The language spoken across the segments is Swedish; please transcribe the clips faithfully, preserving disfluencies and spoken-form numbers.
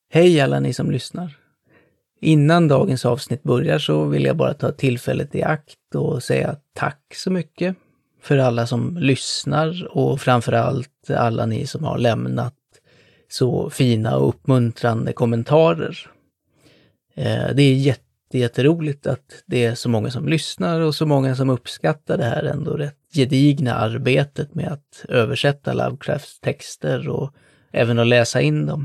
Hej alla ni som lyssnar. Innan dagens avsnitt börjar så vill jag bara ta tillfället i akt och säga tack så mycket för alla som lyssnar och framförallt alla ni som har lämnat så fina och uppmuntrande kommentarer. Det är jätte, jätteroligt att det är så många som lyssnar och så många som uppskattar det här ändå rätt gedigna arbetet med att översätta Lovecrafts texter och även att läsa in dem.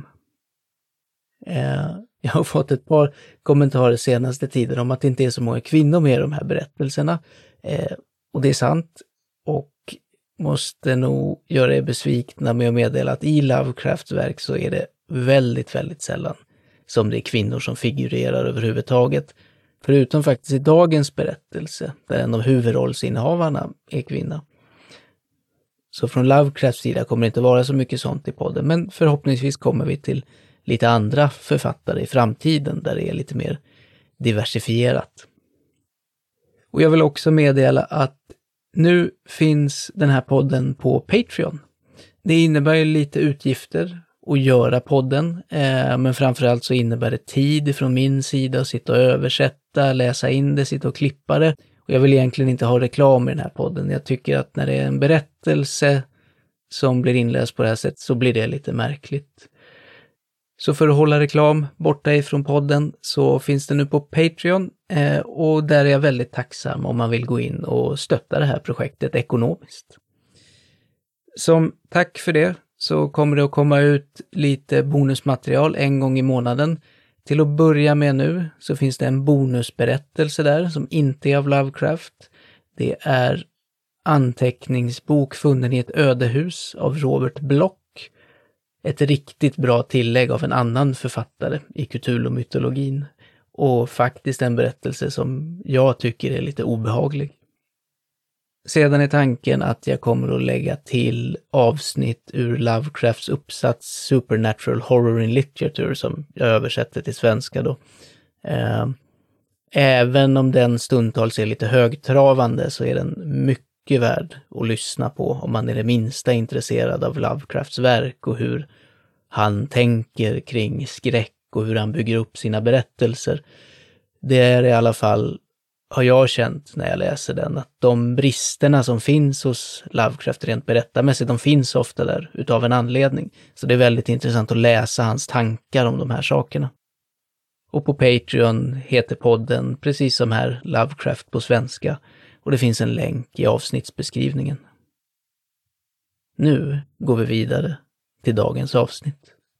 Jag har fått ett par kommentarer senaste tiden om att det inte är så många kvinnor med i de här berättelserna. Och det är sant, och måste nog göra er besvikna med att meddela att i Lovecrafts verk så är det väldigt, väldigt sällan som det är kvinnor som figurerar överhuvudtaget. Förutom faktiskt i dagens berättelse, där en av huvudrollsinnehavarna är kvinna. Så från Lovecrafts sida kommer det inte vara så mycket sånt i podden, men förhoppningsvis kommer vi till lite andra författare i framtiden där det är lite mer diversifierat. Och jag vill också meddela att nu finns den här podden på Patreon. Det innebär ju lite utgifter att göra podden, eh, men framförallt så innebär det tid från min sida att sitta och översätta, läsa in det, sitta och klippa det. Och jag vill egentligen inte ha reklam i den här podden. Jag tycker att när det är en berättelse som blir inläst på det här sättet så blir det lite märkligt. Så för att hålla reklam borta ifrån podden så finns det nu på Patreon, eh, och där är jag väldigt tacksam om man vill gå in och stötta det här projektet ekonomiskt. Som tack för det så kommer det att komma ut lite bonusmaterial en gång i månaden. Till att börja med nu så finns det en bonusberättelse där som inte är av Lovecraft. Det är anteckningsbok funnen i ett ödehus av Robert Bloch. Ett riktigt bra tillägg av en annan författare i Cthulhu-mytologin. Och faktiskt en berättelse som jag tycker är lite obehaglig. Sedan är tanken att jag kommer att lägga till avsnitt ur Lovecrafts uppsats Supernatural Horror in Literature som jag översätter till svenska då. Även om den stundtals är lite högtravande så är den mycket värd att lyssna på om man är det minsta intresserad av Lovecrafts verk och hur han tänker kring skräck och hur han bygger upp sina berättelser. Det är i alla fall, har jag känt när jag läser den, att de bristerna som finns hos Lovecraft rent berättarmässigt, de finns ofta där utav en anledning. Så det är väldigt intressant att läsa hans tankar om de här sakerna. Och på Patreon heter podden precis som här Lovecraft på svenska. Och det finns en länk i avsnittsbeskrivningen. Nu går vi vidare till dagens avsnitt.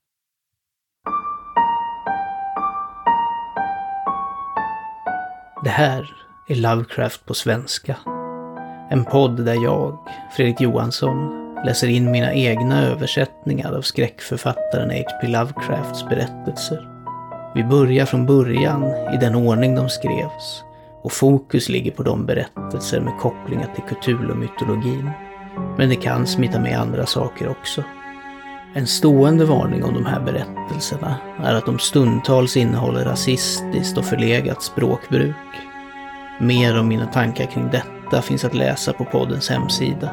Det här är Lovecraft på svenska. En podd där jag, Fredrik Johansson, läser in mina egna översättningar av skräckförfattaren H P Lovecrafts berättelser. Vi börjar från början i den ordning de skrevs. Och fokus ligger på de berättelser med kopplingar till Cthulhu-mytologin. Men det kan smita med andra saker också. En stående varning om de här berättelserna är att de stundtals innehåller rasistiskt och förlegat språkbruk. Mer om mina tankar kring detta finns att läsa på poddens hemsida.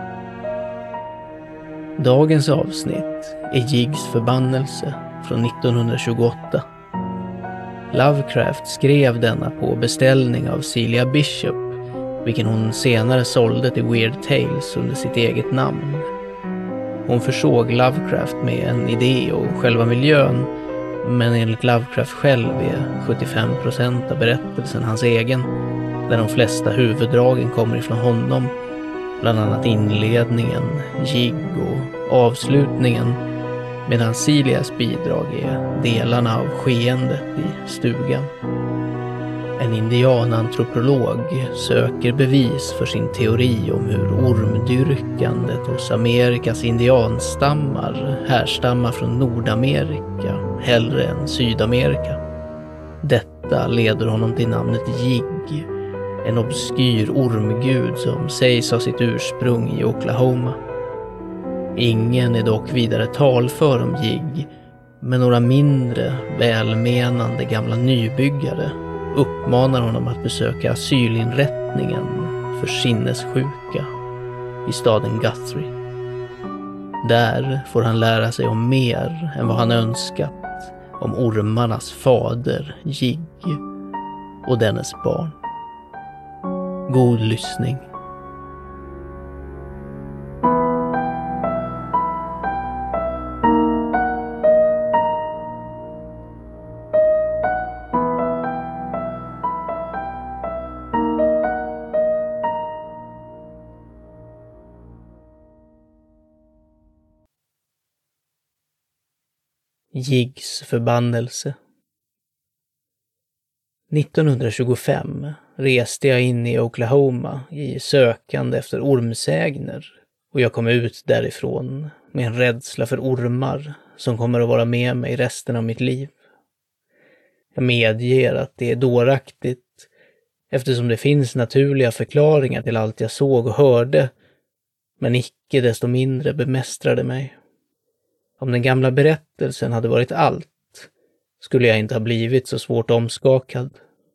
Dagens avsnitt är Jigs förbannelse från nittonhundratjugoåtta. Lovecraft skrev denna på beställning av Celia Bishop, vilken hon senare sålde till Weird Tales under sitt eget namn. Hon försåg Lovecraft med en idé och själva miljön, men enligt Lovecraft själv är sjuttiofem procent av berättelsen hans egen, där de flesta huvuddragen kommer ifrån honom, bland annat inledningen, Jig och avslutningen, medan Celias bidrag är delarna av skeendet i stugan. En indianantropolog söker bevis för sin teori om hur ormdyrkandet hos Amerikas indianstammar härstammar från Nordamerika hellre än Sydamerika. Detta leder honom till namnet Jig, en obskyr ormgud som sägs ha sitt ursprung i Oklahoma. Ingen är dock vidare talför om Jig, men några mindre välmenande gamla nybyggare uppmanar honom att besöka asylinrättningen för sinnessjuka i staden Guthrie. Där får han lära sig om mer än vad han önskat om ormarnas fader Jigg och dennes barn. God lyssning. Jiggs förbannelse. nittonhundratjugofem reste jag in i Oklahoma i sökande efter ormsägner och jag kom ut därifrån med en rädsla för ormar som kommer att vara med mig resten av mitt liv. Jag medger att det är dåraktigt eftersom det finns naturliga förklaringar till allt jag såg och hörde, men icke desto mindre bemästrade mig. Om den gamla berättelsen hade varit allt skulle jag inte ha blivit så svårt omskakad.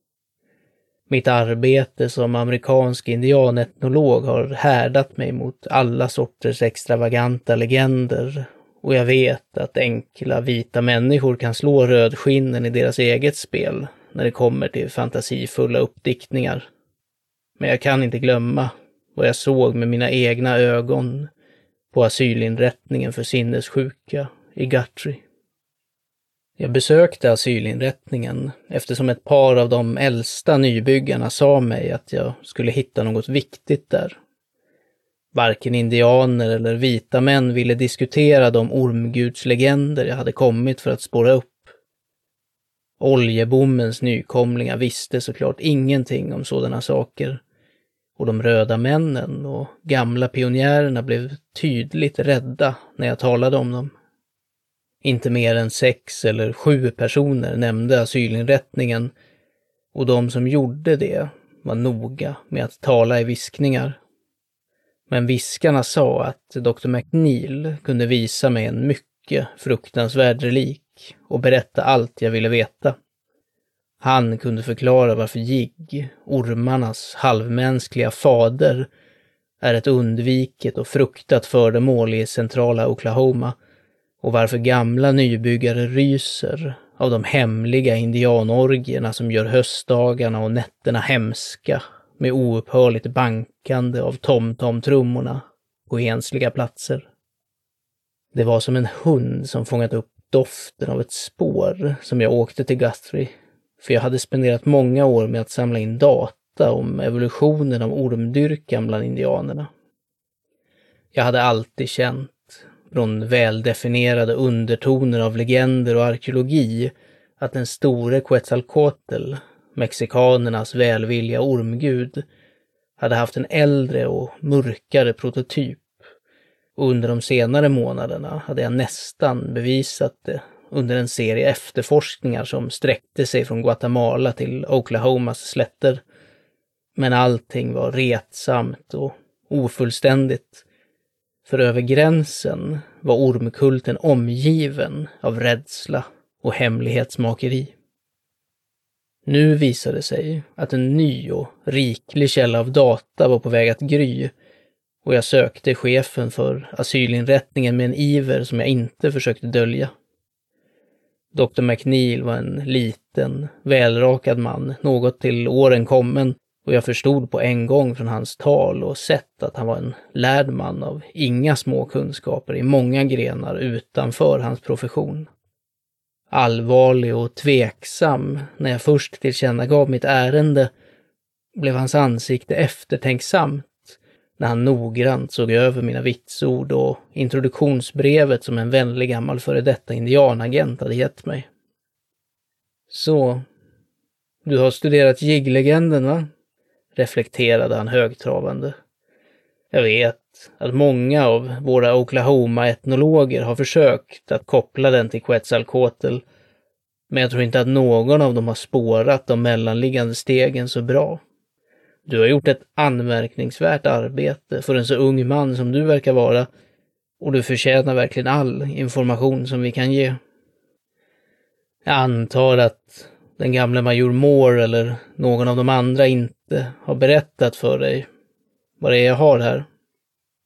Mitt arbete som amerikansk indianetnolog har härdat mig mot alla sorters extravaganta legender och jag vet att enkla vita människor kan slå rödskinnen i deras eget spel när det kommer till fantasifulla uppdiktningar. Men jag kan inte glömma vad jag såg med mina egna ögon på asylinrättningen för sinnessjuka i Guthrie. Jag besökte asylinrättningen eftersom ett par av de äldsta nybyggarna sa mig att jag skulle hitta något viktigt där. Varken indianer eller vita män ville diskutera de ormgudslegender jag hade kommit för att spåra upp. Oljebommens nykomlingar visste såklart ingenting om sådana saker. Och de röda männen och gamla pionjärerna blev tydligt rädda när jag talade om dem. Inte mer än sex eller sju personer nämnde asylinrättningen och de som gjorde det var noga med att tala i viskningar. Men viskarna sa att doktor McNeil kunde visa mig en mycket fruktansvärd relik och berätta allt jag ville veta. Han kunde förklara varför Jigg, ormarnas halvmänskliga fader, är ett undviket och fruktat föremål i centrala Oklahoma och varför gamla nybyggare ryser av de hemliga indianorgierna som gör höstdagarna och nätterna hemska med oupphörligt bankande av tom-tom-trummorna på ensliga platser. Det var som en hund som fångat upp doften av ett spår som jag åkte till Guthrie, för jag hade spenderat många år med att samla in data om evolutionen av ormdyrkan bland indianerna. Jag hade alltid känt, från väldefinierade undertoner av legender och arkeologi, att den store Quetzalcoatl, mexikanernas välvilliga ormgud, hade haft en äldre och mörkare prototyp. Och under de senare månaderna hade jag nästan bevisat det under en serie efterforskningar som sträckte sig från Guatemala till Oklahomas slätter. Men allting var retsamt och ofullständigt. För över gränsen var ormkulten omgiven av rädsla och hemlighetsmakeri. Nu visade det sig att en ny och riklig källa av data var på väg att gry och jag sökte chefen för asylinrättningen med en iver som jag inte försökte dölja. doktor McNeil var en liten, välrakad man, något till åren kommen, och jag förstod på en gång från hans tal och sätt att han var en lärd man av inga små kunskaper i många grenar utanför hans profession. Allvarlig och tveksam när jag först tillkännagav mitt ärende blev hans ansikte eftertänksamt när han noggrant såg över mina vitsord och introduktionsbrevet som en vänlig gammal före detta indianagent hade gett mig. Så, du har studerat Jigg-legenden, va? Reflekterade han högtravande. Jag vet att många av våra Oklahoma-etnologer har försökt att koppla den till Quetzalcoatl, men jag tror inte att någon av dem har spårat de mellanliggande stegen så bra. Du har gjort ett anmärkningsvärt arbete för en så ung man som du verkar vara, och du förtjänar verkligen all information som vi kan ge. Jag antar att den gamla major Moore eller någon av de andra inte har berättat för dig vad det är jag har här.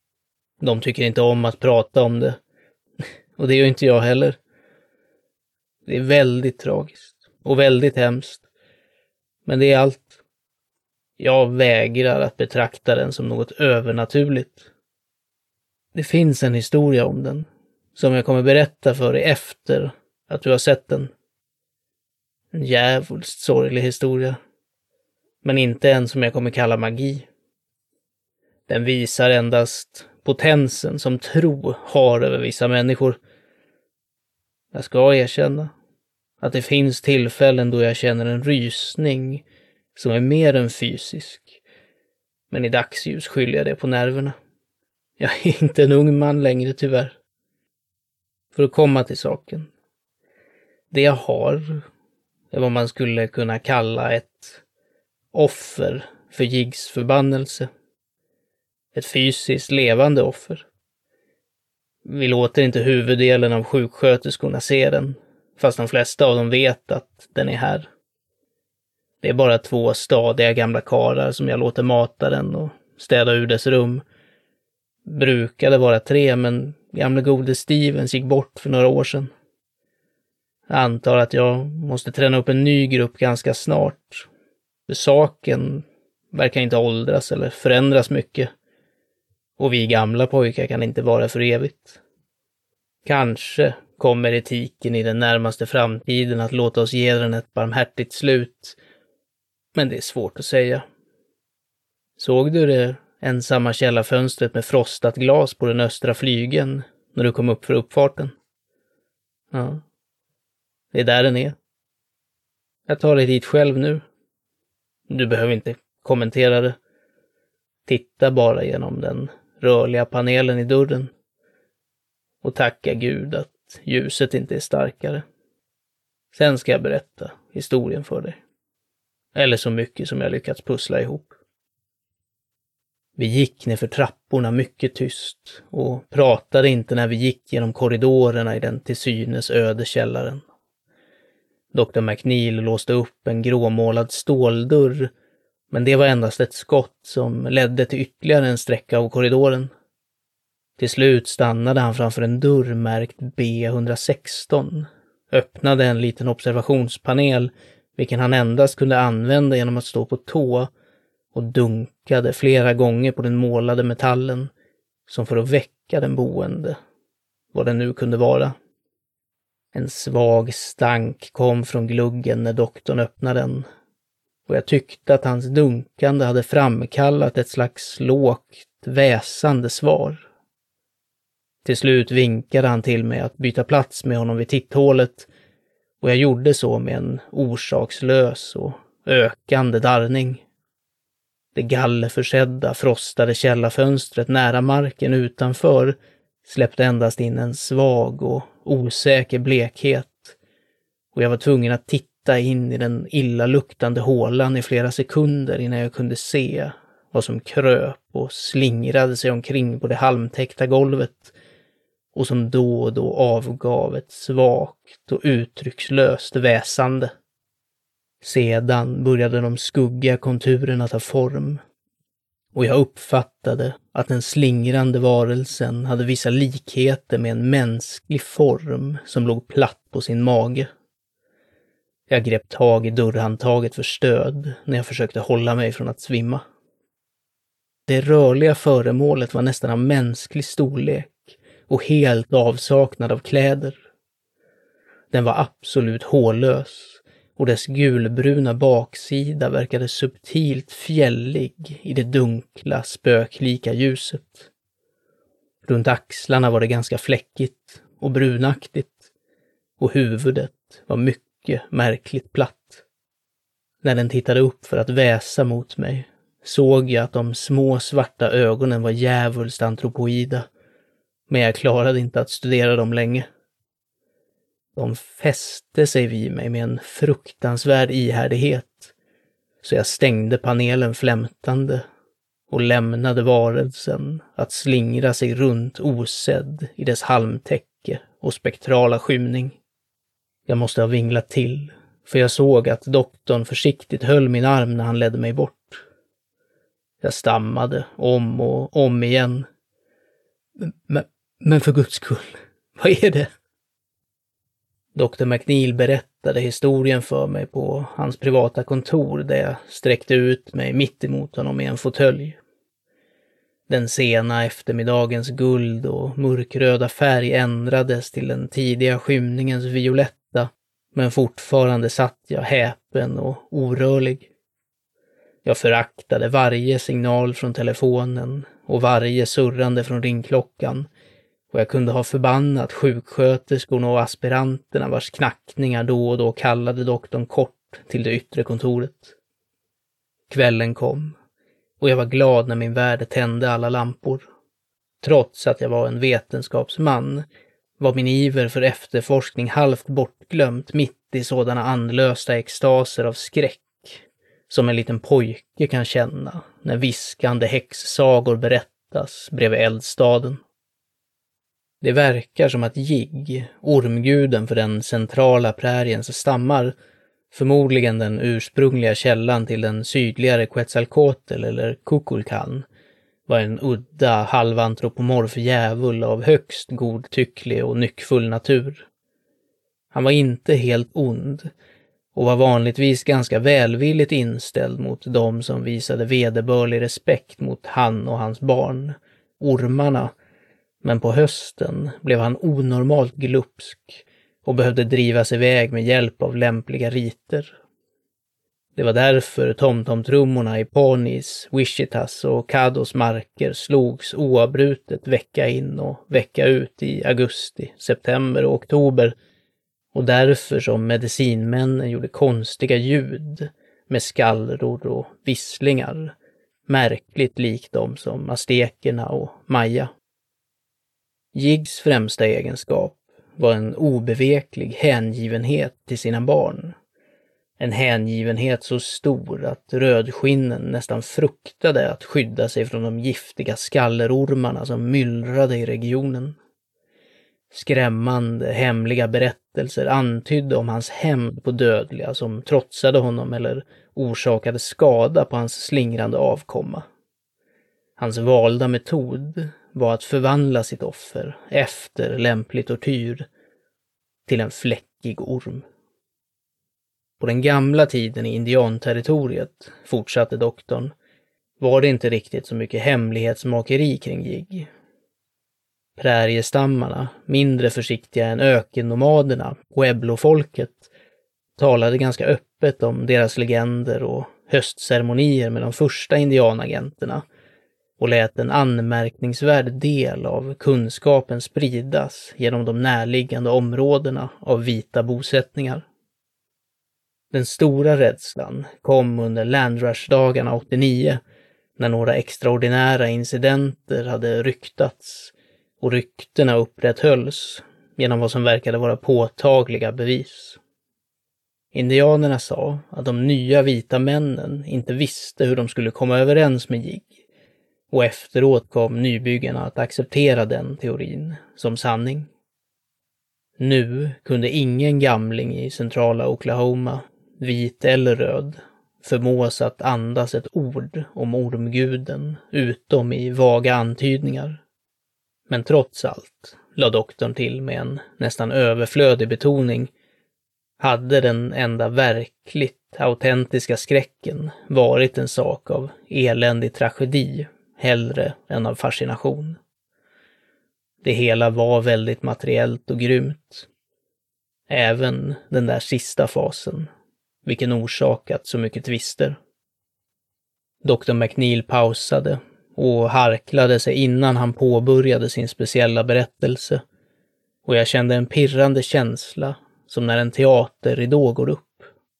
De tycker inte om att prata om det, och det gör inte jag heller. Det är väldigt tragiskt och väldigt hemskt. Men det är allt. Jag vägrar att betrakta den som något övernaturligt. Det finns en historia om den som jag kommer berätta för dig efter att du har sett den. En jävligt sorglig historia. Men inte en som jag kommer kalla magi. Den visar endast potensen som tro har över vissa människor. Jag ska erkänna att det finns tillfällen då jag känner en rysning som är mer än fysisk. Men i dagsljus skyller jag det på nerverna. Jag är inte en ung man längre tyvärr. För att komma till saken. Det jag har är vad man skulle kunna kalla ett offer för Jiggs förbannelse. Ett fysiskt levande offer. Vi låter inte huvuddelen av sjuksköterskorna se den, fast de flesta av dem vet att den är här. Det är bara två stadiga gamla karar som jag låter mata den och städa ur dess rum. Brukade vara tre, men gamle gode Stevens gick bort för några år sedan. Jag antar att jag måste träna upp en ny grupp ganska snart. För saken verkar inte åldras eller förändras mycket. Och vi gamla pojkar kan inte vara för evigt. Kanske kommer etiken i den närmaste framtiden att låta oss ge den ett barmhärtigt slut. Men det är svårt att säga. Såg du det ensamma källarfönstret med frostat glas på den östra flygeln när du kom upp för uppfarten? Ja, det är där den är. Jag tar dig dit själv nu. Du behöver inte kommentera det. Titta bara genom den rörliga panelen i dörren. Och tacka Gud att ljuset inte är starkare. Sen ska jag berätta historien för dig. Eller så mycket som jag lyckats pussla ihop. Vi gick ner för trapporna mycket tyst och pratade inte när vi gick genom korridorerna i den till synes öde källaren. doktor McNeil låste upp en gråmålad ståldörr, men det var endast ett skott som ledde till ytterligare en sträcka av korridoren. Till slut stannade han framför en dörr märkt B hundrasexton, öppnade en liten observationspanel, vilken han endast kunde använda genom att stå på tå, och dunkade flera gånger på den målade metallen, som för att väcka den boende, vad det nu kunde vara. En svag stank kom från gluggen när doktorn öppnade den, och jag tyckte att hans dunkande hade framkallat ett slags lågt, väsande svar. Till slut vinkade han till mig att byta plats med honom vid titthålet, och jag gjorde så med en orsakslös och ökande darrning. Det gallerförsedda, frostade källarfönstret nära marken utanför släppte endast in en svag och osäker blekhet, och jag var tvungen att titta in i den illaluktande hålan i flera sekunder innan jag kunde se vad som kröp och slingrade sig omkring på det halmtäckta golvet och som då och då avgav ett svagt och uttryckslöst väsande. Sedan började de skuggiga konturerna ta form, och jag uppfattade att den slingrande varelsen hade vissa likheter med en mänsklig form som låg platt på sin mage. Jag grep tag i dörrhandtaget för stöd när jag försökte hålla mig från att svimma. Det rörliga föremålet var nästan av mänsklig storlek och helt avsaknad av kläder. Den var absolut hårlös, och dess gulbruna baksida verkade subtilt fjällig i det dunkla, spöklika ljuset. Runt axlarna var det ganska fläckigt och brunaktigt, och huvudet var mycket märkligt platt. När den tittade upp för att väsa mot mig såg jag att de små svarta ögonen var djävulskt antropoida, men jag klarade inte att studera dem länge. De fäste sig vid mig med en fruktansvärd ihärdighet, så jag stängde panelen flämtande och lämnade varelsen att slingra sig runt osedd i dess halmtäcke och spektrala skymning. Jag måste ha vinglat till, för jag såg att doktorn försiktigt höll min arm när han ledde mig bort. Jag stammade om och om igen. Men, men för Guds skull, vad är det? doktor McNeil berättade historien för mig på hans privata kontor där jag sträckte ut mig mitt emot honom i en fåtölj. Den sena eftermiddagens guld och mörkröda färg ändrades till den tidiga skymningens violetta, men fortfarande satt jag häpen och orörlig. Jag föraktade varje signal från telefonen och varje surrande från ringklockan, och jag kunde ha förbannat sjuksköterskorna och aspiranterna vars knackningar då och då kallade doktorn kort till det yttre kontoret. Kvällen kom, och jag var glad när min värd tände alla lampor. Trots att jag var en vetenskapsman var min iver för efterforskning halvt bortglömt mitt i sådana andlösa extaser av skräck som en liten pojke kan känna när viskande häxsagor berättas bredvid eldstaden. Det verkar som att Jigg, ormguden för den centrala präriens stammar, förmodligen den ursprungliga källan till den sydligare Quetzalcoatl eller Kukulkan, var en udda halvantropomorf djävul av högst godtycklig och nyckfull natur. Han var inte helt ond och var vanligtvis ganska välvilligt inställd mot dem som visade vederbörlig respekt mot han och hans barn, ormarna, men på hösten blev han onormalt glupsk och behövde drivas iväg med hjälp av lämpliga riter. Det var därför tomtomtrummorna i Pawnees, Wishitas och Caddos marker slogs oavbrutet vecka in och vecka ut i augusti, september och oktober, och därför som medicinmännen gjorde konstiga ljud med skallror och visslingar, märkligt likt dem som aztekerna och maya. Jiggs främsta egenskap var en obeveklig hängivenhet till sina barn. En hängivenhet så stor att rödskinnen nästan fruktade att skydda sig från de giftiga skallerormarna som myllrade i regionen. Skrämmande hemliga berättelser antydde om hans hämnd på dödliga som trotsade honom eller orsakade skada på hans slingrande avkomma. Hans valda metod var att förvandla sitt offer efter lämplig tortyr till en fläckig orm. På den gamla tiden i indianterritoriet, fortsatte doktorn, var det inte riktigt så mycket hemlighetsmakeri kring Jigg. Prärjestammarna, mindre försiktiga än ökennomaderna, Pueblo-folket, talade ganska öppet om deras legender och höstceremonier med de första indianagenterna och lät en anmärkningsvärd del av kunskapen spridas genom de närliggande områdena av vita bosättningar. Den stora rädslan kom under Landrush-dagarna åttionio när några extraordinära incidenter hade ryktats och ryktena upprätthölls genom vad som verkade vara påtagliga bevis. Indianerna sa att de nya vita männen inte visste hur de skulle komma överens med Jigg, och efteråt kom nybyggarna att acceptera den teorin som sanning. Nu kunde ingen gamling i centrala Oklahoma, vit eller röd, förmås att andas ett ord om ormguden utom i vaga antydningar. Men trots allt, la doktorn till med en nästan överflödig betoning, hade den enda verkligt autentiska skräcken varit en sak av eländig tragedi hellre än av fascination. Det hela var väldigt materiellt och grymt. Även den där sista fasen, vilken orsakat så mycket tvister. doktor McNeil pausade och harklade sig innan han påbörjade sin speciella berättelse, och jag kände en pirrande känsla som när en teaterridå går upp.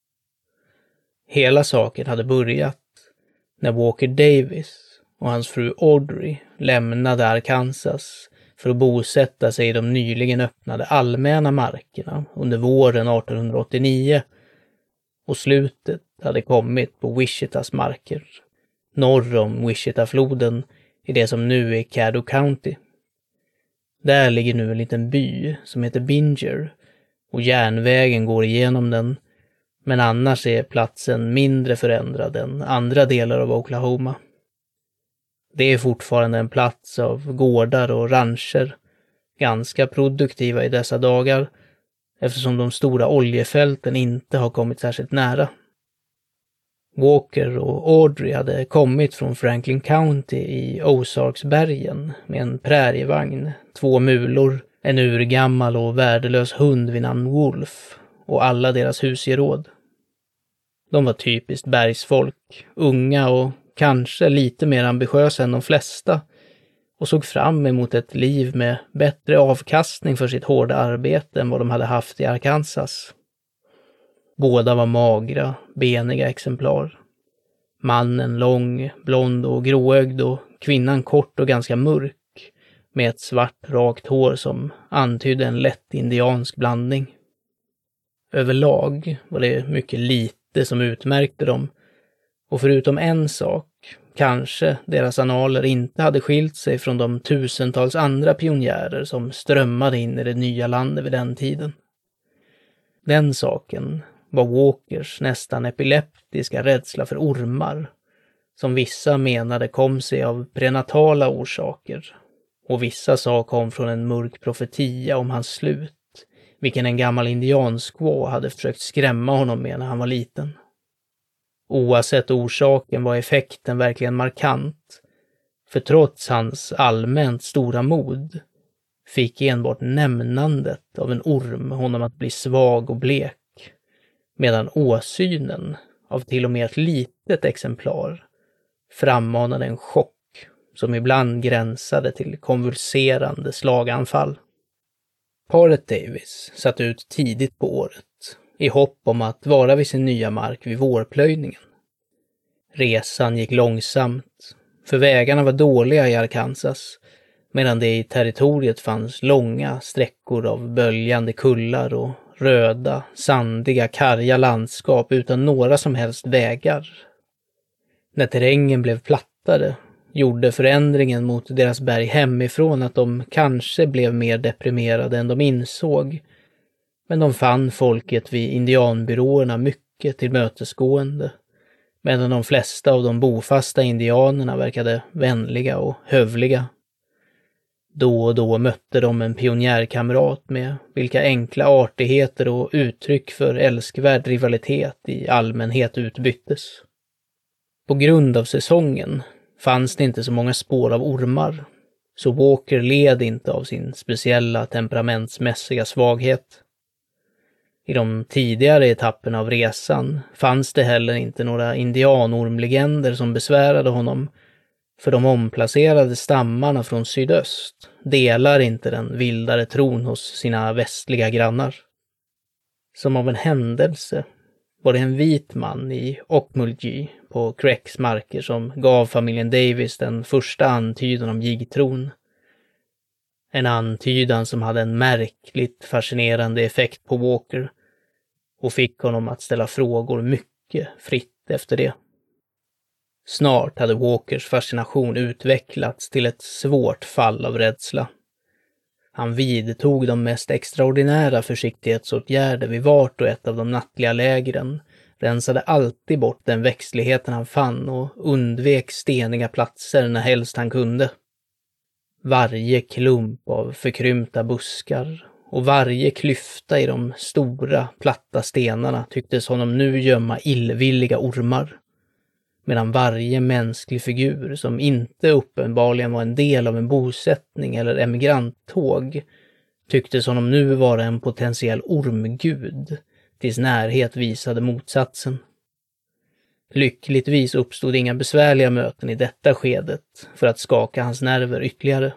Hela saken hade börjat när Walker Davis och hans fru Audrey lämnade Arkansas för att bosätta sig i de nyligen öppnade allmänna markerna under våren arton åttionio, och slutet hade kommit på Wishitas marker, norr om Wichita-floden i det som nu är Caddo County. Där ligger nu en liten by som heter Binger, och järnvägen går igenom den, men annars är platsen mindre förändrad än andra delar av Oklahoma. Det är fortfarande en plats av gårdar och rancher, ganska produktiva i dessa dagar, eftersom de stora oljefälten inte har kommit särskilt nära. Walker och Audrey hade kommit från Franklin County i Ozarksbergen med en prärievagn, två mulor, en urgammal och värdelös hund vid namn Wolf och alla deras husgeråd. De var typiskt bergsfolk, unga och kanske lite mer ambitiösa än de flesta och såg fram emot ett liv med bättre avkastning för sitt hårda arbete än vad de hade haft i Arkansas. Båda var magra, beniga exemplar. Mannen lång, blond och gråögd och kvinnan kort och ganska mörk med ett svart rakt hår som antydde en lätt indiansk blandning. Överlag var det mycket lite som utmärkte dem och förutom en sak, kanske deras analer inte hade skilt sig från de tusentals andra pionjärer som strömmade in i det nya landet vid den tiden. Den saken var Walkers nästan epileptiska rädsla för ormar, som vissa menade kom sig av prenatala orsaker, och vissa sa kom från en mörk profetia om hans slut, vilken en gammal indianskvå hade försökt skrämma honom med när han var liten. Oavsett orsaken var effekten verkligen markant, för trots hans allmänt stora mod fick enbart nämnandet av en orm honom att bli svag och blek, medan åsynen av till och med ett litet exemplar frammanade en chock som ibland gränsade till konvulserande slaganfall. Paret Davis satt ut tidigt på året i hopp om att vara vid sin nya mark vid vårplöjningen. Resan gick långsamt, för vägarna var dåliga i Arkansas, medan det i territoriet fanns långa sträckor av böljande kullar och röda, sandiga, karga landskap utan några som helst vägar. När terrängen blev plattare gjorde förändringen mot deras berg hemifrån att de kanske blev mer deprimerade än de insåg, men de fann folket vid indianbyråerna mycket tillmötesgående, medan de flesta av de bofasta indianerna verkade vänliga och hövliga. Då och då mötte de en pionjärkamrat med vilka enkla artigheter och uttryck för älskvärd rivalitet i allmänhet utbyttes. På grund av säsongen fanns det inte så många spår av ormar, så Walker led inte av sin speciella temperamentsmässiga svaghet. I de tidigare etapperna av resan fanns det heller inte några indianormlegender som besvärade honom, för de omplacerade stammarna från sydöst delar inte den vildare tron hos sina västliga grannar. Som av en händelse var det en vit man i Okmulgee på Creks marker som gav familjen Davis den första antydan om jigtron. En antydan som hade en märkligt fascinerande effekt på Walker och fick honom att ställa frågor mycket fritt efter det. Snart hade Walkers fascination utvecklats till ett svårt fall av rädsla. Han vidtog de mest extraordinära försiktighetsåtgärder vid vart och ett av de nattliga lägren, rensade alltid bort den växtligheten han fann och undvek steniga platser när helst han kunde. Varje klump av förkrympta buskar och varje klyfta i de stora, platta stenarna tycktes honom nu gömma illvilliga ormar, medan varje mänsklig figur som inte uppenbarligen var en del av en bosättning eller emigranttåg tycktes honom nu vara en potentiell ormgud, tills närhet visade motsatsen. Lyckligtvis uppstod inga besvärliga möten i detta skedet för att skaka hans nerver ytterligare.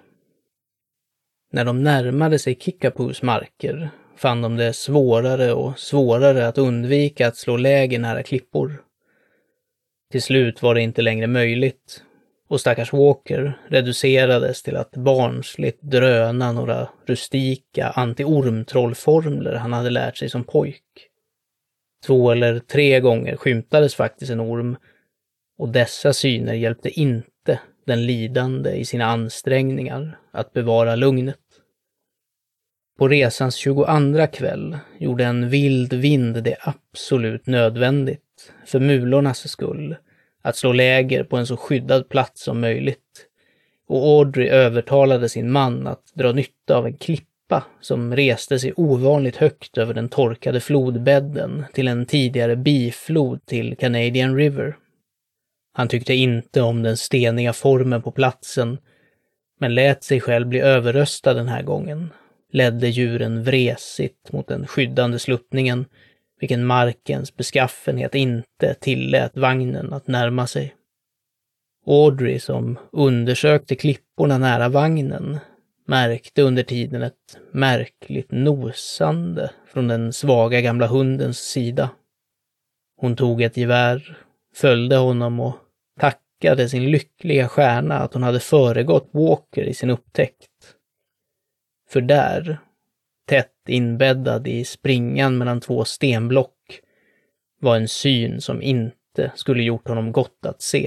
När de närmade sig Kickapoos marker fann de det svårare och svårare att undvika att slå läger nära klippor. Till slut var det inte längre möjligt, och stackars Walker reducerades till att barnsligt dröna några rustika anti-ormtrollformler han hade lärt sig som pojk. Två eller tre gånger skymtades faktiskt en orm, och dessa syner hjälpte inte den lidande i sina ansträngningar att bevara lugnet. På resans tjugoandra kväll gjorde en vild vind det absolut nödvändigt, för mulornas skull, att slå läger på en så skyddad plats som möjligt, och Audrey övertalade sin man att dra nytta av en klippa klippa som reste sig ovanligt högt över den torkade flodbädden till en tidigare biflod till Canadian River. Han tyckte inte om den steniga formen på platsen, men lät sig själv bli överröstad den här gången. Ledde djuren vresigt mot den skyddande sluttningen, vilken markens beskaffenhet inte tillät vagnen att närma sig. Audrey, som undersökte klipporna nära vagnen, märkte under tiden ett märkligt nosande från den svaga gamla hundens sida. Hon tog ett gevär, följde honom och tackade sin lyckliga stjärna att hon hade föregått Walker i sin upptäckt. För där, tätt inbäddad i springan mellan två stenblock, var en syn som inte skulle gjort honom gott att se.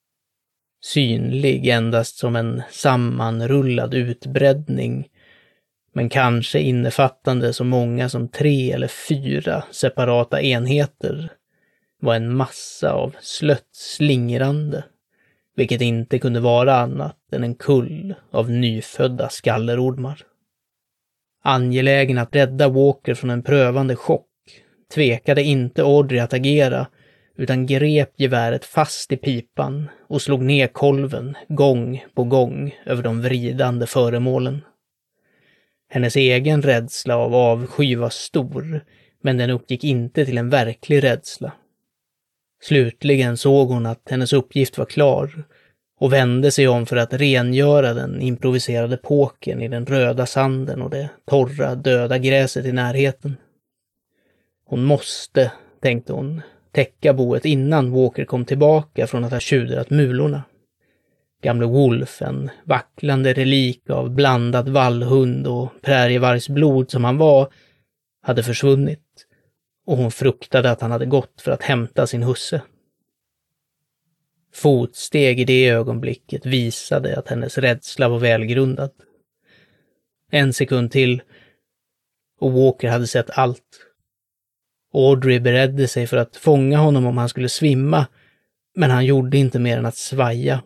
Synlig endast som en sammanrullad utbreddning, men kanske innefattande så många som tre eller fyra separata enheter, var en massa av slött slingrande, vilket inte kunde vara annat än en kull av nyfödda skallerormar. Angelägen att rädda Walker från en prövande chock, tvekade inte Audrey att agera, utan grep geväret fast i pipan och slog ner kolven gång på gång över de vridande föremålen. Hennes egen rädsla av avsky var stor, men den uppgick inte till en verklig rädsla. Slutligen såg hon att hennes uppgift var klar och vände sig om för att rengöra den improviserade påken i den röda sanden och det torra, döda gräset i närheten. Hon måste, tänkte hon, täcka boet innan Walker kom tillbaka från att ha tjudrat mulorna. Gamle Wolf, en vacklande relik av blandat vallhund och prärievargsblod som han var, hade försvunnit, och hon fruktade att han hade gått för att hämta sin husse. Fotsteg i det ögonblicket visade att hennes rädsla var välgrundad. En sekund till, och Walker hade sett allt. Audrey beredde sig för att fånga honom om han skulle svimma, men han gjorde inte mer än att svaja.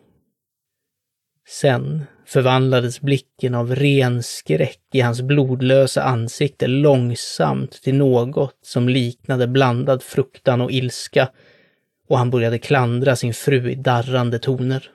Sen förvandlades blicken av ren skräck i hans blodlösa ansikte långsamt till något som liknade blandad fruktan och ilska, och han började klandra sin fru i darrande toner.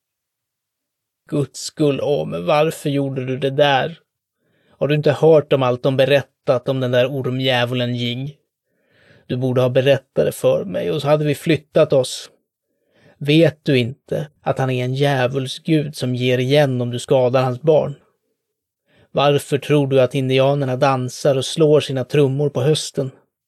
Guds skull, åh, men varför gjorde du det där? Har du inte hört om allt de berättat om den där ormdjävulen Jig? Du borde ha berättat det för mig, och så hade vi flyttat oss. Vet du inte att han är en djävulsgud som ger igen om du skadar hans barn? Varför tror du att indianerna dansar och slår sina trummor på hösten?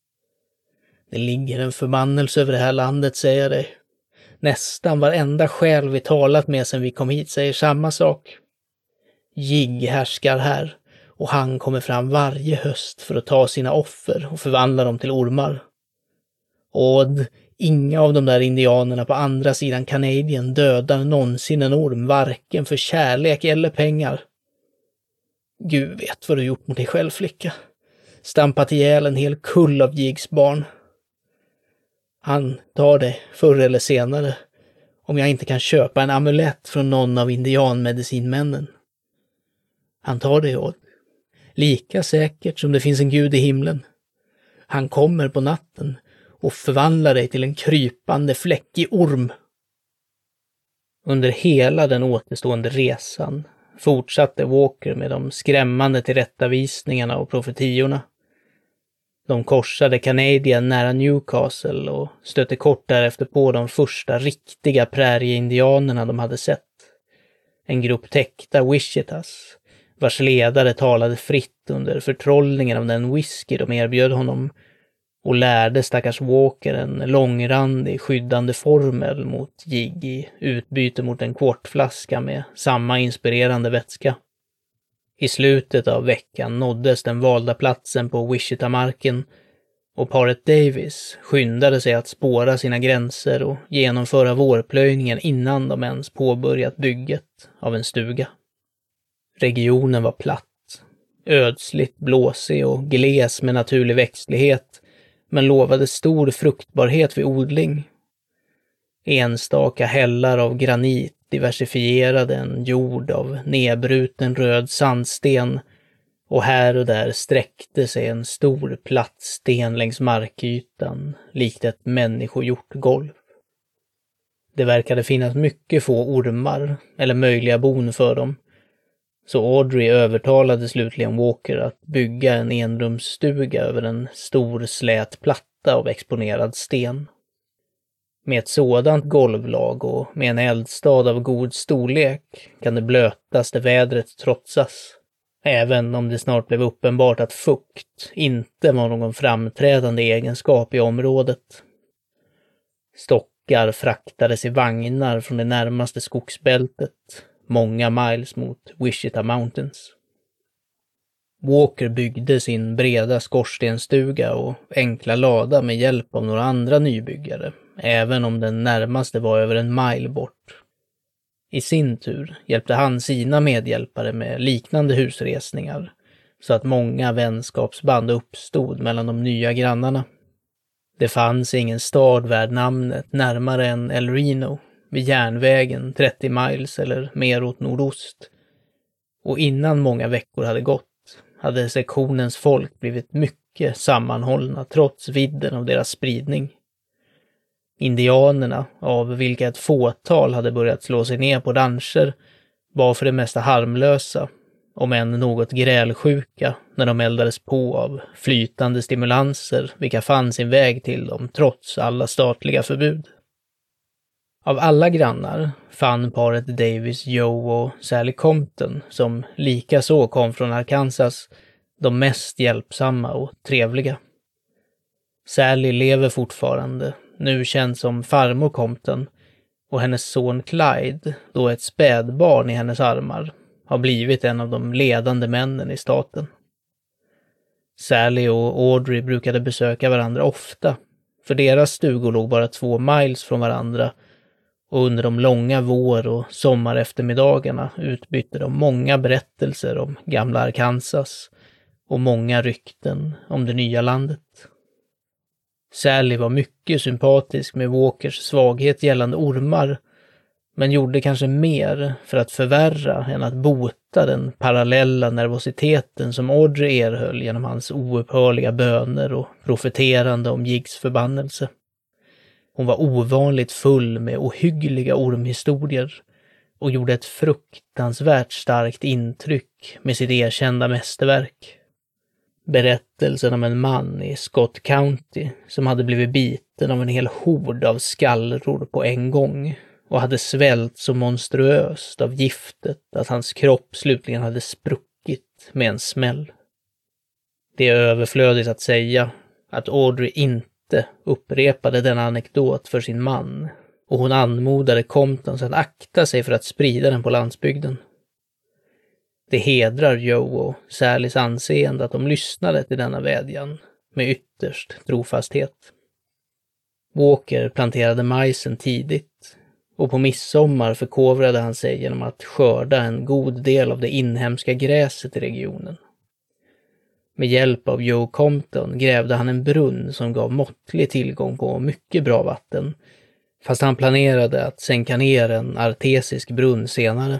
Det ligger en förbannelse över det här landet, säger jag dig. Nästan varenda själ vi talat med sedan vi kom hit säger samma sak. Jig härskar här, och han kommer fram varje höst för att ta sina offer och förvandla dem till ormar. Och inga av de där indianerna på andra sidan Canadian dödar någonsin en orm, varken för kärlek eller pengar. Gud vet vad du gjort mot dig själv, flicka. Stampat ihjäl en hel kull av Jigs barn. Han tar det förr eller senare, om jag inte kan köpa en amulett från någon av indianmedicinmännen. Han tar det åt, lika säkert som det finns en gud i himlen. Han kommer på natten och förvandlar dig till en krypande fläckig orm. Under hela den återstående resan fortsatte Walker med de skrämmande tillrättavisningarna och profetiorna. De korsade Canadian nära Newcastle och stötte kort därefter på de första riktiga prärieindianerna de hade sett. En grupp täckta Wishitas, vars ledare talade fritt under förtrollningen av den whisky de erbjöd honom, och lärde stackars Walker en långrandig skyddande formel mot Jig i utbyte mot en kvartflaska med samma inspirerande vätska. I slutet av veckan nåddes den valda platsen på Wichita-marken, och paret Davis skyndade sig att spåra sina gränser och genomföra vårplöjningen innan de ens påbörjat bygget av en stuga. Regionen var platt, ödsligt blåsig och gles med naturlig växtlighet, men lovade stor fruktbarhet vid odling. Enstaka hällar av granit diversifierade en jord av nedbruten röd sandsten, och här och där sträckte sig en stor platt sten längs markytan, likt ett människogjort golv. Det verkade finnas mycket få ormar eller möjliga bon för dem, så Audrey övertalade slutligen Walker att bygga en enrumsstuga över en stor slät platta av exponerad sten. Med ett sådant golvlag och med en eldstad av god storlek kan det blötaste vädret trotsas, även om det snart blev uppenbart att fukt inte var någon framträdande egenskap i området. Stockar fraktades i vagnar från det närmaste skogsbältet, många miles mot Wichita Mountains. Walker byggde sin breda skorstenstuga och enkla lada med hjälp av några andra nybyggare, även om den närmaste var över en mile bort. I sin tur hjälpte han sina medhjälpare med liknande husresningar, så att många vänskapsband uppstod mellan de nya grannarna. Det fanns ingen stad värd namnet närmare än El Reno, vid järnvägen trettio miles eller mer åt nordost. Och innan många veckor hade gått hade sektionens folk blivit mycket sammanhållna trots vidden av deras spridning. Indianerna, av vilka ett fåtal hade börjat slå sig ner på rancher, var för det mesta harmlösa, om än något grälsjuka när de eldades på av flytande stimulanser vilka fann sin väg till dem trots alla statliga förbud. Av alla grannar fann paret Davis Joe och Sally Compton, som lika så kom från Arkansas, de mest hjälpsamma och trevliga. Sally lever fortfarande, nu känd som farmor Compton, och hennes son Clyde, då ett spädbarn i hennes armar, har blivit en av de ledande männen i staten. Sally och Audrey brukade besöka varandra ofta, för deras stugor låg bara två miles från varandra, och under de långa vår- och sommareftermiddagarna utbytte de många berättelser om gamla Arkansas och många rykten om det nya landet. Sally var mycket sympatisk med Walkers svaghet gällande ormar, men gjorde kanske mer för att förvärra än att bota den parallella nervositeten som Audrey erhöll genom hans oupphörliga böner och profeterande om Jiggs förbannelse. Hon var ovanligt full med ohyggliga ormhistorier och gjorde ett fruktansvärt starkt intryck med sitt erkända mästerverk. Berättelsen om en man i Scott County som hade blivit biten av en hel hord av skallror på en gång och hade svält så monstruöst av giftet att hans kropp slutligen hade spruckit med en smäll. Det är överflödigt att säga att Audrey inte upprepade denna anekdot för sin man, och hon anmodade Comptons att akta sig för att sprida den på landsbygden. Det hedrar Joe och Sallys anseende att de lyssnade till denna vädjan med ytterst trofasthet. Walker planterade majsen tidigt, och på midsommar förkovrade han sig genom att skörda en god del av det inhemska gräset i regionen. Med hjälp av Joe Compton grävde han en brunn som gav måttlig tillgång på mycket bra vatten, fast han planerade att sänka ner en artesisk brunn senare.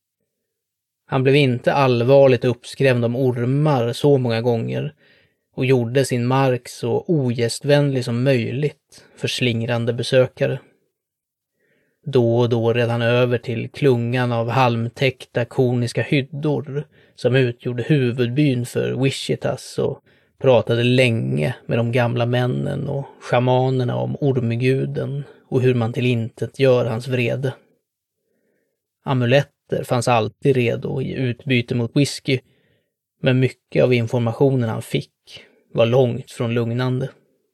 Han blev inte allvarligt uppskrämd om ormar så många gånger och gjorde sin mark så ogästvänlig som möjligt för slingrande besökare. Då och då red han över till klungan av halmtäckta koniska hyddor som utgjorde huvudbyn för Wichitas och pratade länge med de gamla männen och schamanerna om ormguden och hur man till intet gör hans vrede. Amuletter fanns alltid redo i utbyte mot whisky, men mycket av informationen han fick var långt från lugnande.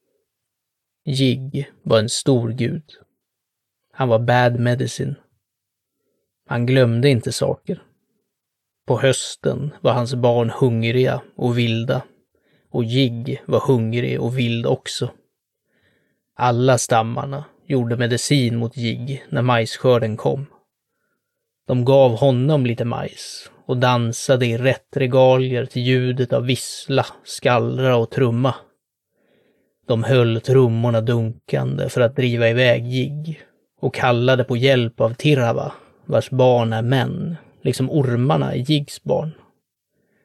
Jigg var en stor gud. Han var bad medicine. Han glömde inte saker. På hösten var hans barn hungriga och vilda, och Jigg var hungrig och vild också. Alla stammarna gjorde medicin mot Jigg när majsskörden kom. De gav honom lite majs och dansade i rätt regalier till ljudet av vissla, skallra och trumma. De höll trummorna dunkande för att driva iväg Jigg och kallade på hjälp av Tirava, vars barn är män, liksom ormarna är Jiggs barn.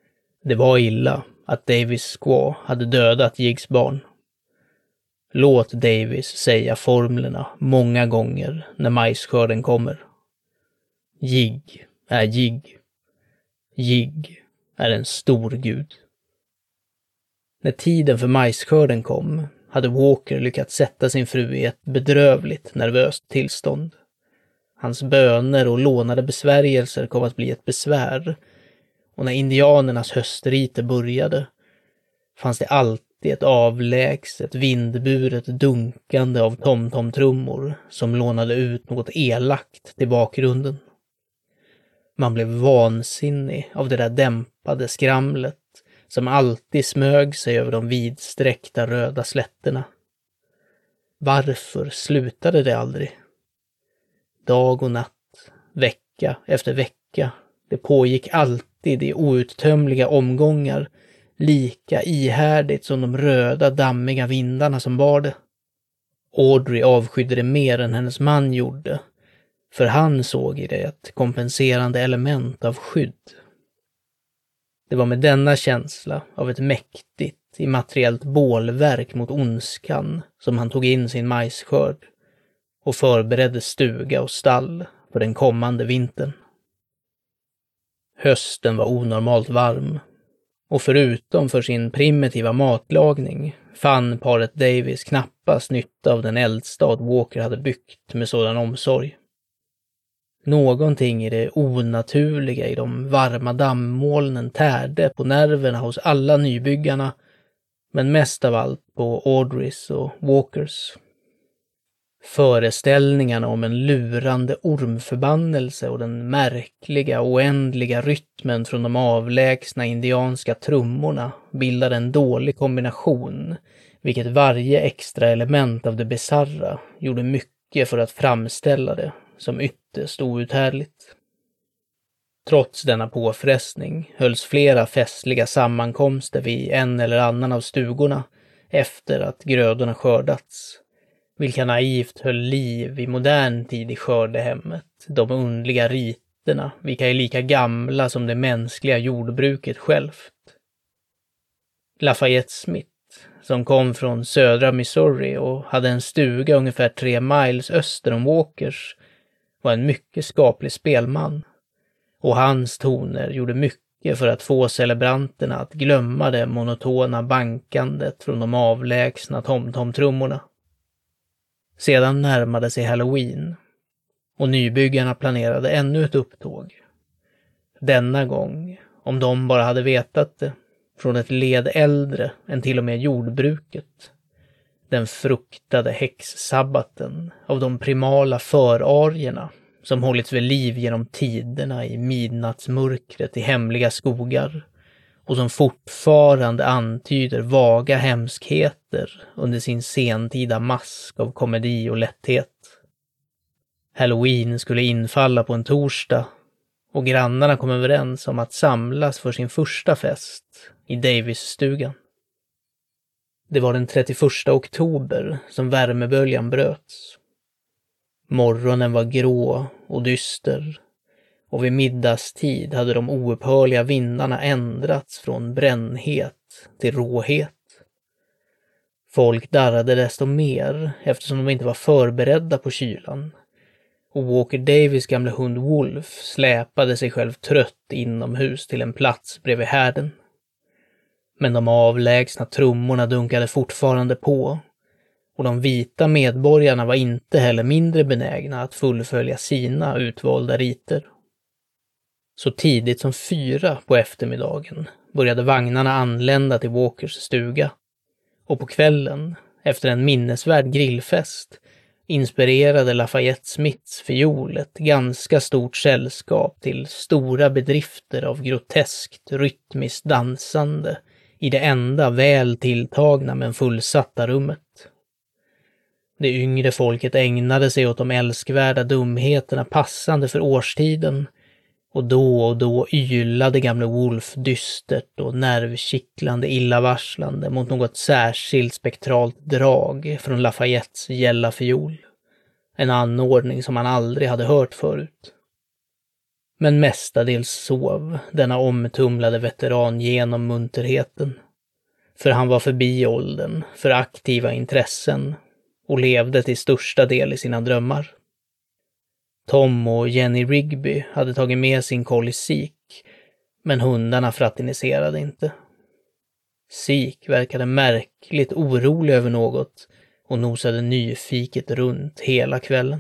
Det var illa att Davis squaw hade dödat Jiggs barn. Låt Davis säga formlerna många gånger när majsskörden kommer. Jigg är Jigg. Jigg är en stor gud. När tiden för majsskörden kom hade Walker lyckats sätta sin fru i ett bedrövligt nervöst tillstånd. Hans böner och lånade besvärjelser kom att bli ett besvär, och när indianernas höstrite började fanns det alltid ett avlägset, vindburet dunkande av tomtomtrummor som lånade ut något elakt till bakgrunden. Man blev vansinnig av det där dämpade skramlet som alltid smög sig över de vidsträckta röda slätterna. Varför slutade det aldrig? Dag och natt, vecka efter vecka, det pågick alltid i outtömliga omgångar, lika ihärdigt som de röda dammiga vindarna som bar det. Audrey avskydde det mer än hennes man gjorde, för han såg i det ett kompenserande element av skydd. Det var med denna känsla av ett mäktigt, immateriellt bålverk mot ondskan som han tog in sin majsskörd och förberedde stuga och stall för den kommande vintern. Hösten var onormalt varm, och förutom för sin primitiva matlagning fann paret Davis knappast nytta av den eldstad Walker hade byggt med sådan omsorg. Någonting i det onaturliga i de varma dammmolnen tärde på nerverna hos alla nybyggarna, men mest av allt på Audreys och Walkers. Föreställningarna om en lurande ormförbannelse och den märkliga, oändliga rytmen från de avlägsna indianska trummorna bildade en dålig kombination, vilket varje extra element av det bizarra gjorde mycket för att framställa det som ytterst outhärdligt. Trots denna påfrestning hölls flera festliga sammankomster vid en eller annan av stugorna efter att grödorna skördats, vilka naivt höll liv i modern tid i skördehemmet, de underliga riterna, vilka är lika gamla som det mänskliga jordbruket självt. Lafayette Smith, som kom från södra Missouri och hade en stuga ungefär tre miles öster om Walkers, var en mycket skaplig spelman, och hans toner gjorde mycket för att få celebranterna att glömma det monotona bankandet från de avlägsna tomtomtrummorna. Sedan närmade sig Halloween, och nybyggarna planerade ännu ett upptåg. Denna gång, om de bara hade vetat det, från ett led äldre än till och med jordbruket. Den fruktade häxsabbaten av de primala förarierna som hållits vid liv genom tiderna i midnattsmörkret i hemliga skogar och som fortfarande antyder vaga hemskheter under sin sentida mask av komedi och lätthet. Halloween skulle infalla på en torsdag, och grannarna kom överens om att samlas för sin första fest i Davis-stugan. Det var den trettioförsta oktober som värmeböljan bröts. Morgonen var grå och dyster, och vid middagstid hade de oupphörliga vindarna ändrats från brännhet till råhet. Folk darrade desto mer eftersom de inte var förberedda på kylan, och Walker Davis gamla hund Wolf släpade sig själv trött inomhus till en plats bredvid härden. Men de avlägsna trummorna dunkade fortfarande på, och de vita medborgarna var inte heller mindre benägna att fullfölja sina utvalda riter. Så tidigt som fyra på eftermiddagen började vagnarna anlända till Walkers stuga, och på kvällen, efter en minnesvärd grillfest, inspirerade Lafayette Smiths fiol ett ganska stort sällskap till stora bedrifter av groteskt rytmiskt dansande i det enda väl tilltagna men fullsatta rummet. Det yngre folket ägnade sig åt de älskvärda dumheterna passande för årstiden, och då och då ylade gamle Wolf dystert och nervkittlande illavarslande mot något särskilt spektralt drag från Lafayettes gälla fiol. En anordning som han aldrig hade hört förut. Men mestadels sov denna omtumlade veteran genom munterheten. För han var förbi åldern för aktiva intressen och levde till största del i sina drömmar. Tom och Jenny Rigby hade tagit med sin collie Zeke, men hundarna fraterniserade inte. Zeke verkade märkligt orolig över något och nosade nyfiket runt hela kvällen.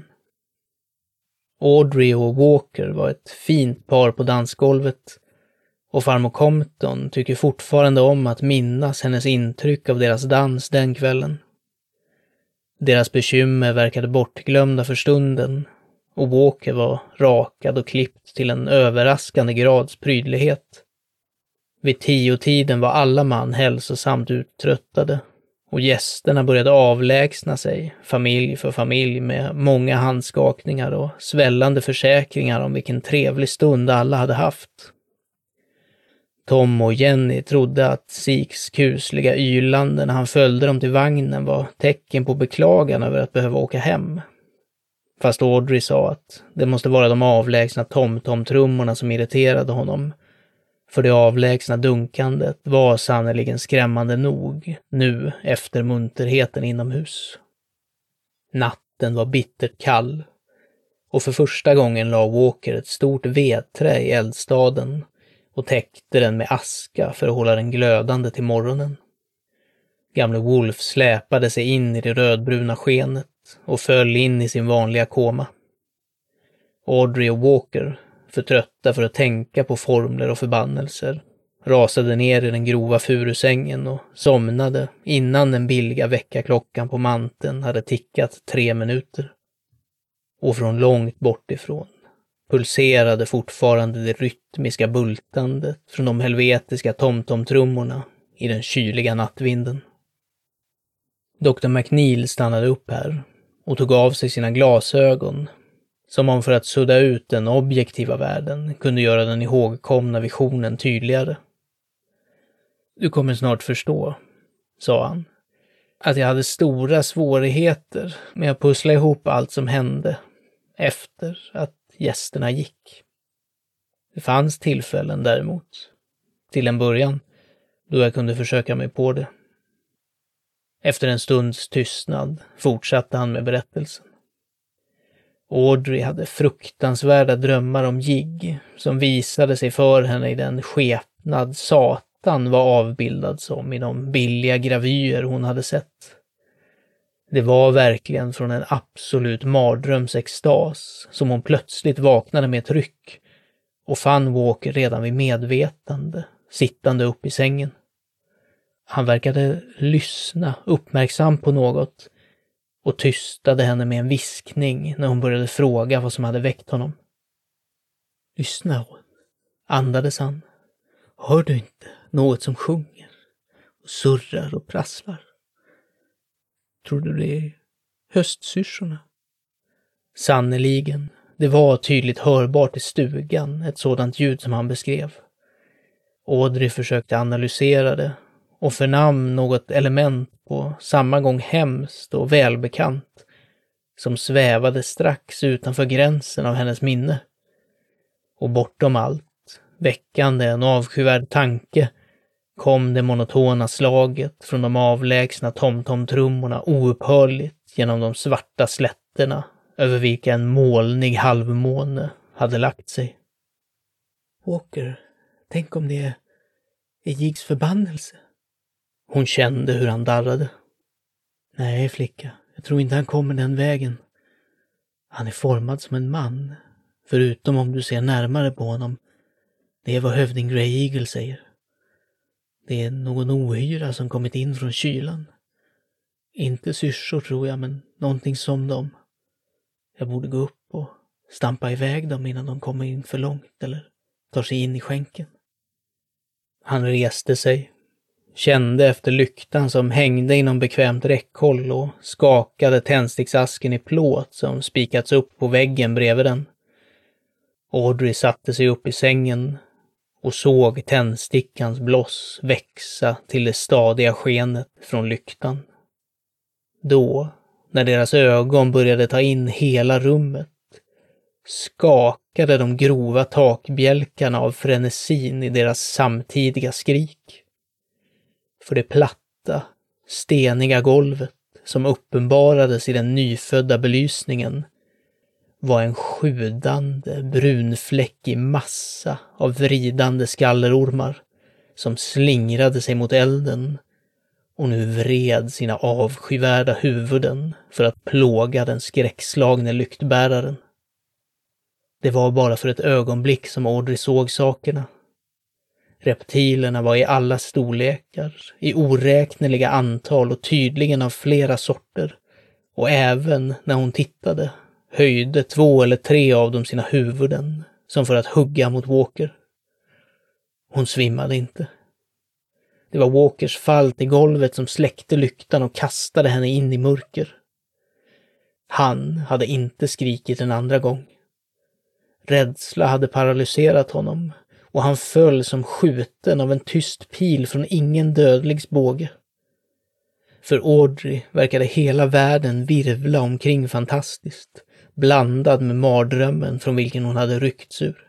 Audrey och Walker var ett fint par på dansgolvet och farmor Compton tycker fortfarande om att minnas hennes intryck av deras dans den kvällen. Deras bekymmer verkade bortglömda för stunden och Walker var rakad och klippt till en överraskande grads prydlighet. Vid tiotiden var alla man hälsosamt uttröttade och gästerna började avlägsna sig, familj för familj, med många handskakningar och svällande försäkringar om vilken trevlig stund alla hade haft. Tom och Jenny trodde att Zeeks kusliga ylande när han följde dem till vagnen var tecken på beklagan över att behöva åka hem. Fast Audrey sa att det måste vara de avlägsna tom-tom-trummorna som irriterade honom, för det avlägsna dunkandet var sannoliken skrämmande nog nu efter munterheten inomhus. Natten var bittert kall och för första gången la Walker ett stort vedträ i eldstaden och täckte den med aska för att hålla den glödande till morgonen. Gamle Wolf släpade sig in i det rödbruna skenet och föll in i sin vanliga koma. Audrey och Walker, för trötta för att tänka på formler och förbannelser, rasade ner i den grova furusängen och somnade innan den billiga väckarklockan på manteln hade tickat tre minuter. Och från långt bortifrån pulserade fortfarande det rytmiska bultandet från de helvetiska tomtomtrummorna i den kyliga nattvinden. doktor McNeil stannade upp här och tog av sig sina glasögon, som om för att sudda ut den objektiva världen kunde göra den ihågkomna visionen tydligare. Du kommer snart förstå, sa han, att jag hade stora svårigheter med att pussla ihop allt som hände efter att gästerna gick. Det fanns tillfällen däremot, till en början, då jag kunde försöka mig på det. Efter en stunds tystnad fortsatte han med berättelsen. Audrey hade fruktansvärda drömmar om Jigg som visade sig för henne i den skepnad Satan var avbildad som i de billiga gravyer hon hade sett. Det var verkligen från en absolut mardrömsextas som hon plötsligt vaknade med ett ryck och fann Walker redan vid medvetande, sittande upp i sängen. Han verkade lyssna uppmärksam på något och tystade henne med en viskning när hon började fråga vad som hade väckt honom. Lyssna, hon, andades han. Hör du inte något som sjunger och surrar och prasslar? Tror du det är höstsyrsorna? Sannoliken, det var tydligt hörbart i stugan, ett sådant ljud som han beskrev. Audrey försökte analysera det och förnam något element på samma gång hemskt och välbekant som svävade strax utanför gränsen av hennes minne. Och bortom allt, väckande en avskyvärd tanke, kom det monotona slaget från de avlägsna tomtomtrummorna oupphörligt genom de svarta slätterna över vilka en molnig halvmåne hade lagt sig. Walker, tänk om det är Jiggs förbannelse. Hon kände hur han darrade. Nej, flicka, jag tror inte han kommer den vägen. Han är formad som en man, förutom om du ser närmare på honom. Det är vad hövding Grey Eagle säger. Det är någon ohyra som kommit in från kylan. Inte syrsor tror jag, men någonting som dem. Jag borde gå upp och stampa iväg dem innan de kommer in för långt eller tar sig in i skänken. Han reste sig, kände efter lyktan som hängde inom bekvämt räckhåll och skakade tändsticksasken i plåt som spikats upp på väggen bredvid den. Audrey satte sig upp i sängen och såg tändstickans bloss växa till det stadiga skenet från lyktan. Då, när deras ögon började ta in hela rummet, skakade de grova takbjälkarna av frenesin i deras samtidiga skrik. För det platta, steniga golvet som uppenbarades i den nyfödda belysningen var en sjudande, brunfläckig massa av vridande skallerormar som slingrade sig mot elden och nu vred sina avskyvärda huvuden för att plåga den skräckslagne lyktbäraren. Det var bara för ett ögonblick som Audrey såg sakerna. Reptilerna var i alla storlekar, i oräkneliga antal och tydligen av flera sorter, och även när hon tittade höjde två eller tre av dem sina huvuden som för att hugga mot Walker. Hon svimmade inte. Det var Walkers fall till golvet som släckte lyktan och kastade henne in i mörker. Han hade inte skrikit en andra gång. Rädsla hade paralyserat honom och han föll som skjuten av en tyst pil från ingen dödligs båge. För Audrey verkade hela världen virvla omkring fantastiskt, blandad med mardrömmen från vilken hon hade ryckts ur.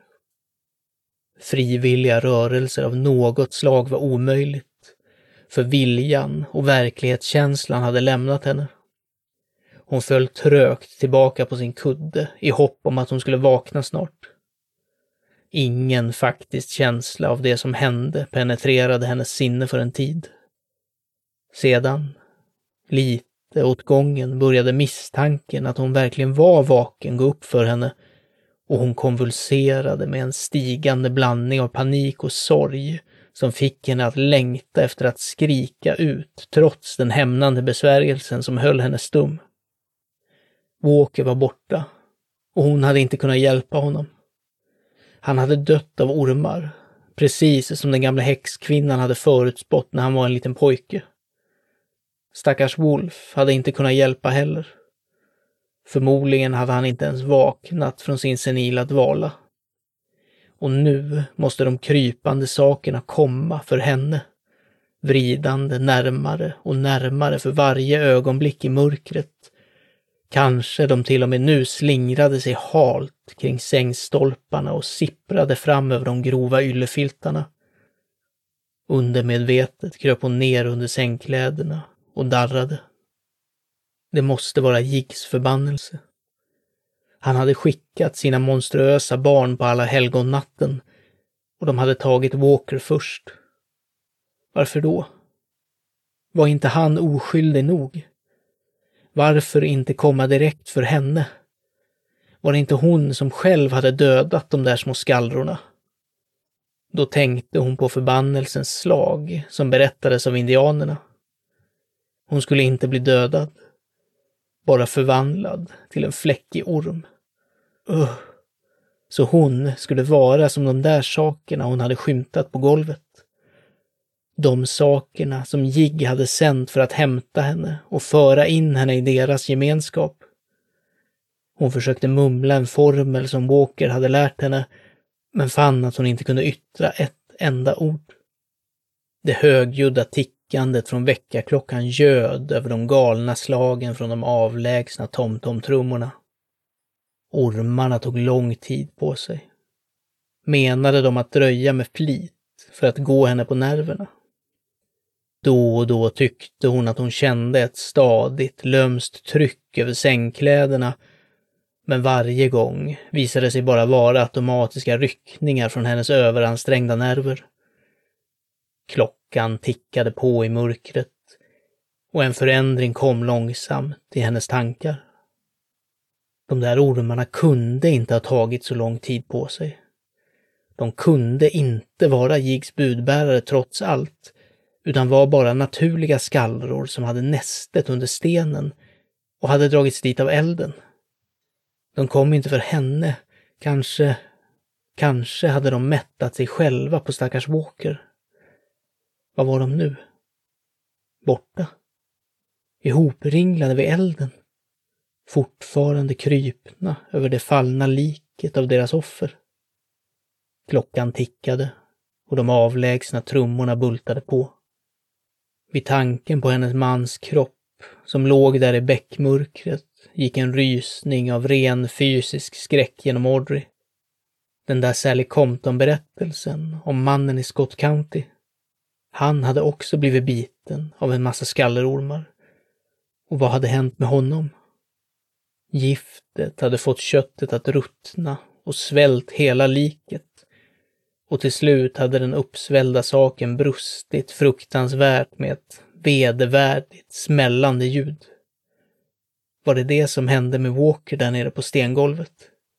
Frivilliga rörelser av något slag var omöjligt, för viljan och verklighetskänslan hade lämnat henne. Hon föll trögt tillbaka på sin kudde i hopp om att hon skulle vakna snart. Ingen faktisk känsla av det som hände penetrerade hennes sinne för en tid. Sedan, lite åt gången, började misstanken att hon verkligen var vaken gå upp för henne och hon konvulserade med en stigande blandning av panik och sorg som fick henne att längta efter att skrika ut trots den hämnande besvärjelsen som höll henne stum. Walker var borta och hon hade inte kunnat hjälpa honom. Han hade dött av ormar, precis som den gamla häxkvinnan hade förutspått när han var en liten pojke. Stackars Wolf hade inte kunnat hjälpa heller. Förmodligen hade han inte ens vaknat från sin senila dvala. Och nu måste de krypande sakerna komma för henne, vridande närmare och närmare för varje ögonblick i mörkret. Kanske de till och med nu slingrade sig halt kring sängstolparna och sipprade fram över de grova yllefiltarna. Undermedvetet kröp hon ner under sängkläderna och darrade. Det måste vara Jiggs förbannelse. Han hade skickat sina monstruösa barn på alla helgonnatten och de hade tagit Walker först. Varför då? Var inte han oskyldig nog? Varför inte komma direkt för henne? Var det inte hon som själv hade dödat de där små skallrorna? Då tänkte hon på förbannelsens slag som berättades av indianerna. Hon skulle inte bli dödad, bara förvandlad till en fläckig orm. Uh. Så hon skulle vara som de där sakerna hon hade skymtat på golvet. De sakerna som Jigg hade sänt för att hämta henne och föra in henne i deras gemenskap. Hon försökte mumla en formel som Walker hade lärt henne, men fann att hon inte kunde yttra ett enda ord. Det högljudda tickandet från väckarklockan göd över de galna slagen från de avlägsna tomtomtrummorna. Ormarna tog lång tid på sig. Menade de att dröja med flit för att gå henne på nerverna? Då och då tyckte hon att hon kände ett stadigt, lömst tryck över sängkläderna, men varje gång visade det sig bara vara automatiska ryckningar från hennes överansträngda nerver. Klockan tickade på i mörkret och en förändring kom långsamt i hennes tankar. De där ormarna kunde inte ha tagit så lång tid på sig. De kunde inte vara Jiggs budbärare trots allt, utan var bara naturliga skallror som hade nästet under stenen och hade dragits dit av elden. De kom inte för henne. Kanske, kanske hade de mättat sig själva på stackars Walker. Vad var de nu? Borta. Ihopringlade vid elden. Fortfarande krypna över det fallna liket av deras offer. Klockan tickade och de avlägsna trummorna bultade på. Vid tanken på hennes mans kropp som låg där i bäckmörkret gick en rysning av ren fysisk skräck genom Audrey. Den där Sally Compton-berättelsen om mannen i Scott County. Han hade också blivit biten av en massa skallerormar. Och vad hade hänt med honom? Giftet hade fått köttet att ruttna och svält hela liket. Och till slut hade den uppsvällda saken brustit fruktansvärt med ett vedervärdigt, smällande ljud. Var det det som hände med Walker där nere på stengolvet?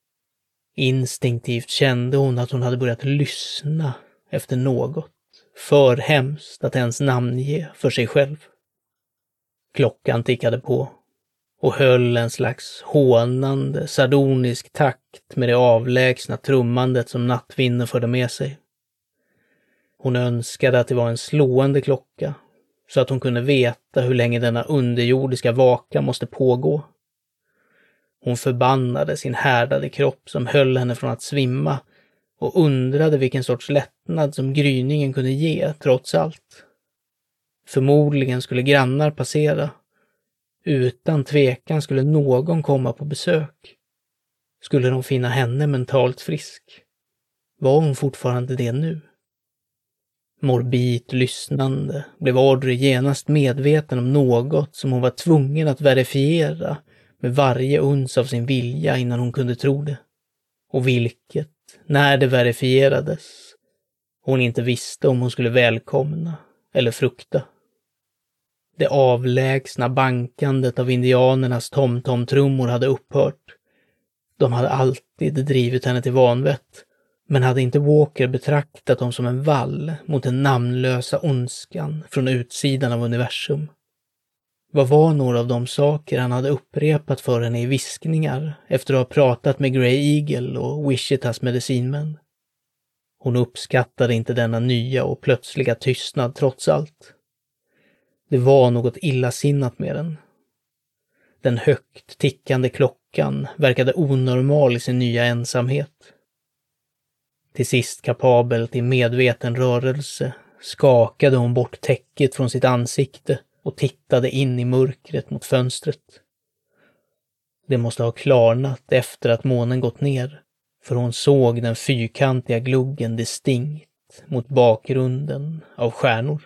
Instinktivt kände hon att hon hade börjat lyssna efter något, för hemskt att ens namnge för sig själv. Klockan tickade på och höll en slags hånande, sardonisk takt med det avlägsna trummandet som nattvinden förde med sig. Hon önskade att det var en slående klocka, så att hon kunde veta hur länge denna underjordiska vaka måste pågå. Hon förbannade sin härdade kropp som höll henne från att svimma och undrade vilken sorts lättnad som gryningen kunde ge trots allt. Förmodligen skulle grannar passera. Utan tvekan skulle någon komma på besök. Skulle de finna henne mentalt frisk? Var hon fortfarande det nu? Morbid lyssnande blev Audrey genast medveten om något som hon var tvungen att verifiera med varje uns av sin vilja innan hon kunde tro det. Och vilket, när det verifierades, hon inte visste om hon skulle välkomna eller frukta. Det avlägsna bankandet av indianernas tomtomtrummor hade upphört. De hade alltid drivit henne till vanvett, men hade inte Walker betraktat dem som en vall mot den namnlösa ondskan från utsidan av universum? Vad var några av de saker han hade upprepat för henne i viskningar efter att ha pratat med Grey Eagle och Wichitas medicinmän? Hon uppskattade inte denna nya och plötsliga tystnad trots allt. Det var något illasinnat med den. Den högt tickande klockan verkade onormal i sin nya ensamhet. Till sist kapabel till medveten rörelse skakade hon bort täcket från sitt ansikte och tittade in i mörkret mot fönstret. Det måste ha klarnat efter att månen gått ner, för hon såg den fyrkantiga gluggen distinkt mot bakgrunden av stjärnor.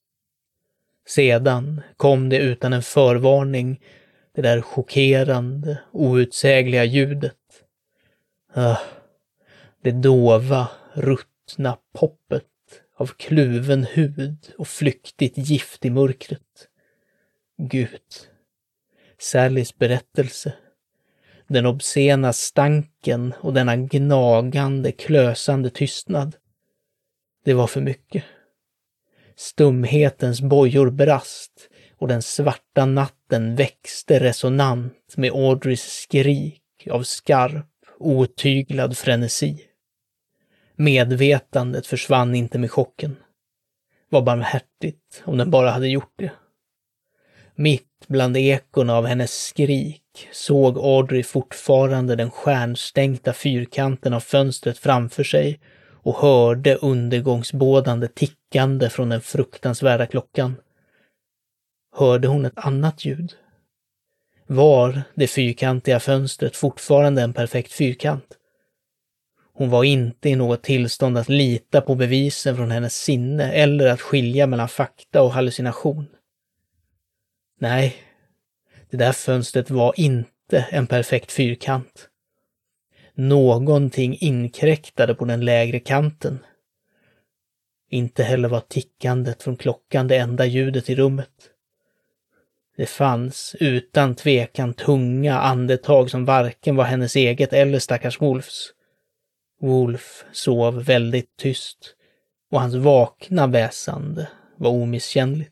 Sedan kom det utan en förvarning, det där chockerande, outsägliga ljudet. Ah, det dova, ruttna poppet av kluven hud och flyktigt gift i mörkret. Gud, Sallys berättelse. Den obscena stanken och denna gnagande, klösande tystnad. Det var för mycket. Stumhetens bojor brast och den svarta natten växte resonant med Audreys skrik av skarp, otyglad frenesi. Medvetandet försvann inte med chocken. Var barmhärtigt om den bara hade gjort det. Mitt bland ekorna av hennes skrik såg Audrey fortfarande den stjärnstänkta fyrkanten av fönstret framför sig och hörde undergångsbådande tickande från den fruktansvärda klockan. Hörde hon ett annat ljud? Var det fyrkantiga fönstret fortfarande en perfekt fyrkant? Hon var inte i något tillstånd att lita på bevisen från hennes sinne eller att skilja mellan fakta och hallucination. Nej, det där fönstret var inte en perfekt fyrkant. Någonting inkräktade på den lägre kanten. Inte heller var tickandet från klockan det enda ljudet i rummet. Det fanns utan tvekan tunga andetag som varken var hennes eget eller stackars Wolfs. Wolf sov väldigt tyst och hans vakna väsande var omisskännligt.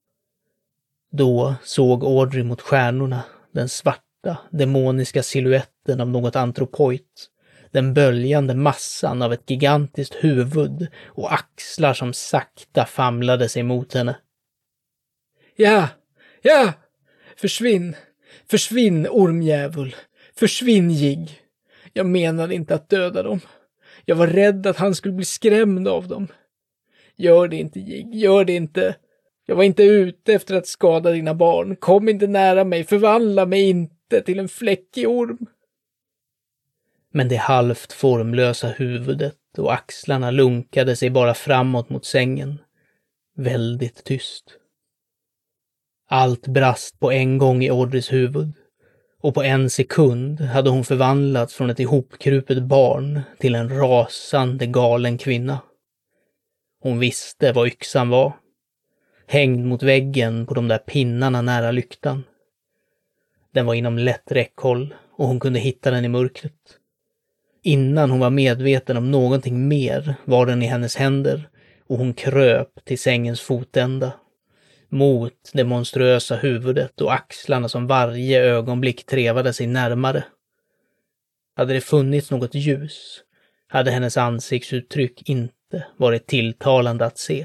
Då såg Audrey mot stjärnorna den svarta, demoniska siluetten av något antropoid, den böljande massan av ett gigantiskt huvud och axlar som sakta famlade sig mot henne. Ja, ja, försvinn, försvinn ormjävul, försvinn Jigg. Jag menade inte att döda dem. Jag var rädd att han skulle bli skrämd av dem. Gör det inte, Jigg, gör det inte. Jag var inte ute efter att skada dina barn. Kom inte nära mig, förvandla mig inte till en fläckig orm. Men det halvt formlösa huvudet och axlarna lunkade sig bara framåt mot sängen. Väldigt tyst. Allt brast på en gång i Audreys huvud. Och på en sekund hade hon förvandlats från ett ihopkrupet barn till en rasande galen kvinna. Hon visste vad yxan var. Hängd mot väggen på de där pinnarna nära lyktan. Den var inom lätt räckhåll och hon kunde hitta den i mörkret. Innan hon var medveten om någonting mer var den i hennes händer och hon kröp till sängens fotända. Mot det monstruösa huvudet och axlarna som varje ögonblick trevade sig närmare. Hade det funnits något ljus hade hennes ansiktsuttryck inte varit tilltalande att se.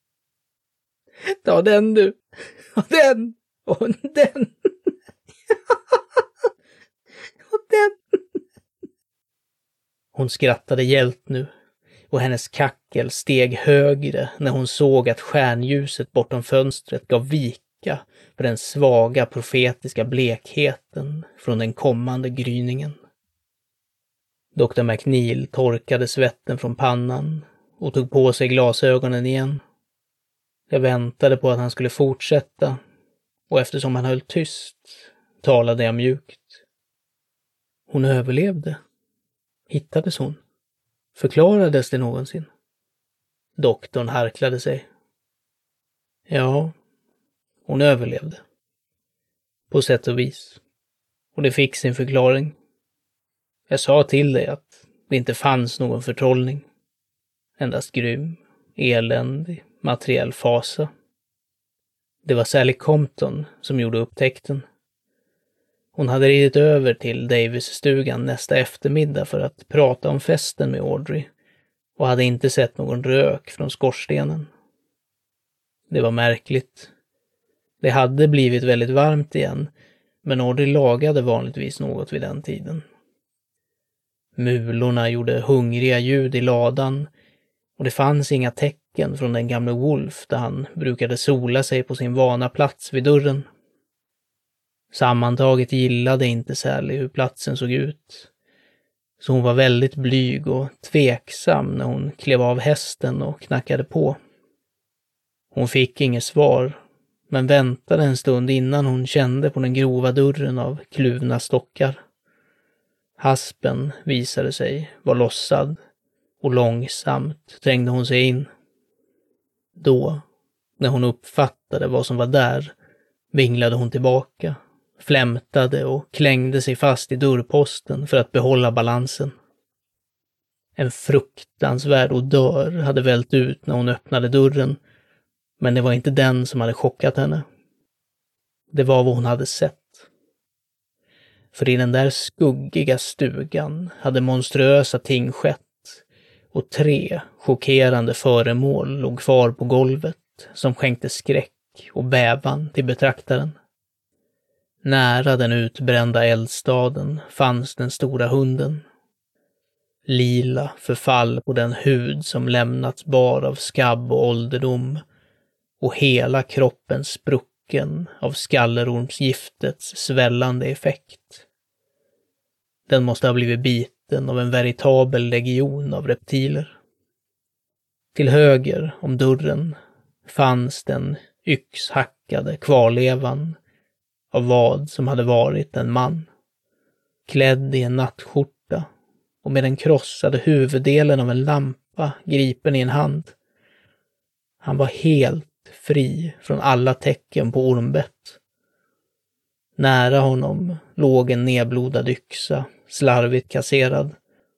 Ta den du, och den, och den, och den. Hon skrattade gällt nu och hennes kackel steg högre när hon såg att stjärnljuset bortom fönstret gav vika för den svaga profetiska blekheten från den kommande gryningen. doktor McNeil torkade svetten från pannan och tog på sig glasögonen igen. Jag väntade på att han skulle fortsätta och eftersom han höll tyst talade jag mjukt. Hon överlevde. Hittades hon? Förklarades det någonsin? Doktorn harklade sig. Ja, hon överlevde. På sätt och vis. Och det fick sin förklaring. Jag sa till dig att det inte fanns någon förtrollning. Endast grym, eländig, materiell fasa. Det var Sally Compton som gjorde upptäckten. Hon hade ridit över till Davis-stugan nästa eftermiddag för att prata om festen med Audrey och hade inte sett någon rök från skorstenen. Det var märkligt. Det hade blivit väldigt varmt igen, men Audrey lagade vanligtvis något vid den tiden. Mulorna gjorde hungriga ljud i ladan och det fanns inga tecken från den gamle Wolf där han brukade sola sig på sin vana plats vid dörren. Sammantaget gillade inte Sally hur platsen såg ut, så hon var väldigt blyg och tveksam när hon klev av hästen och knackade på. Hon fick inget svar, men väntade en stund innan hon kände på den grova dörren av kluvna stockar. Haspen visade sig vara lossad och långsamt trängde hon sig in. Då, när hon uppfattade vad som var där, vinglade hon tillbaka, flämtade och klängde sig fast i dörrposten för att behålla balansen. En fruktansvärd odör hade vält ut när hon öppnade dörren, men det var inte den som hade chockat henne. Det var vad hon hade sett. För i den där skuggiga stugan hade monstruösa ting skett och tre chockerande föremål låg kvar på golvet som skänkte skräck och bävan till betraktaren. Nära den utbrända eldstaden fanns den stora hunden. Lila förfall på den hud som lämnats bar av skabb och ålderdom och hela kroppen sprucken av skallerormsgiftets svällande effekt. Den måste ha blivit biten av en veritabel legion av reptiler. Till höger om dörren fanns den yxhackade kvarlevan av vad som hade varit en man, klädd i en nattskjorta och med den krossade huvuddelen av en lampa gripen i en hand. Han var helt fri från alla tecken på ormbett. Nära honom låg en nedblodad yxa, slarvigt kasserad.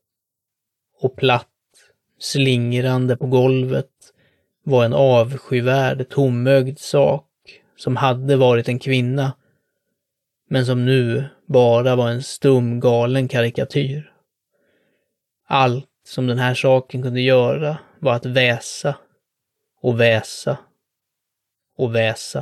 Och platt, slingrande på golvet var en avskyvärd tomögd sak som hade varit en kvinna, men som nu bara var en stum galen karikatyr. Allt som den här saken kunde göra var att väsa och väsa och väsa.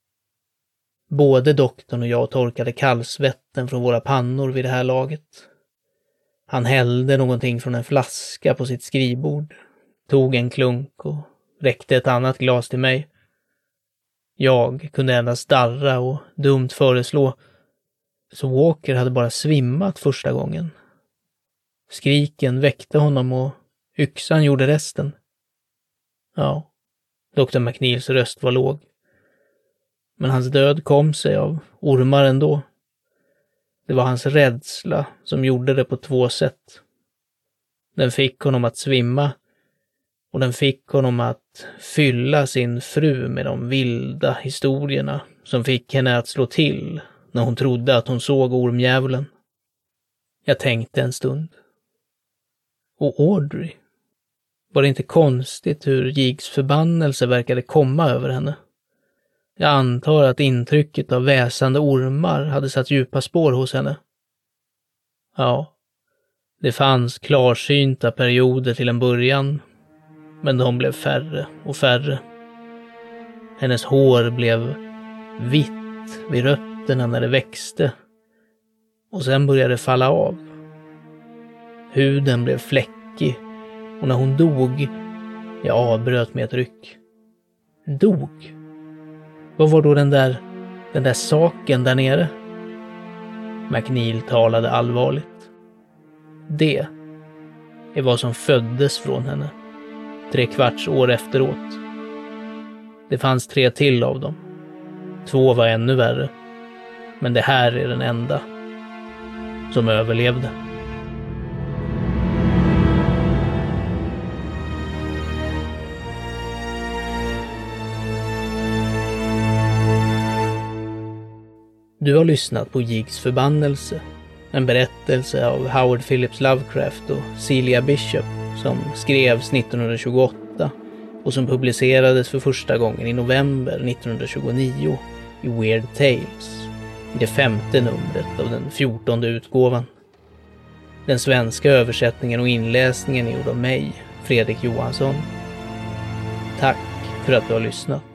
Både doktorn och jag torkade kallsvetten från våra pannor vid det här laget. Han hällde någonting från en flaska på sitt skrivbord, tog en klunk och räckte ett annat glas till mig. Jag kunde endast darra och dumt föreslå, så Walker hade bara svimmat första gången. Skriken väckte honom och yxan gjorde resten. Ja, doktor McNeils röst var låg. Men hans död kom sig av ormar ändå. Det var hans rädsla som gjorde det på två sätt. Den fick honom att svimma och den fick honom att fylla sin fru med de vilda historierna som fick henne att slå till när hon trodde att hon såg ormdjävulen. Jag tänkte en stund. Och Audrey? Var det inte konstigt hur Jigs förbannelse verkade komma över henne? Jag antar att intrycket av väsande ormar hade satt djupa spår hos henne. Ja, det fanns klarsynta perioder till en början, men de blev färre och färre. Hennes hår blev vitt vid rötterna när det växte, och sen började det falla av. Huden blev fläckig, och när hon dog, jag avbröt med ett ryck. Dog? Vad var då den där, den där saken där nere? McNeil talade allvarligt. Det är vad som föddes från henne, tre kvarts år efteråt. Det fanns tre till av dem. Två var ännu värre, men det här är den enda som överlevde. Du har lyssnat på Jigs förbannelse, en berättelse av Howard Phillips Lovecraft och Celia Bishop som skrevs nittonhundratjugoåtta och som publicerades för första gången i november nittonhundratjugonio i Weird Tales, i det femte numret av den fjortonde utgåvan. Den svenska översättningen och inläsningen är gjord av mig, Fredrik Johansson. Tack för att du har lyssnat.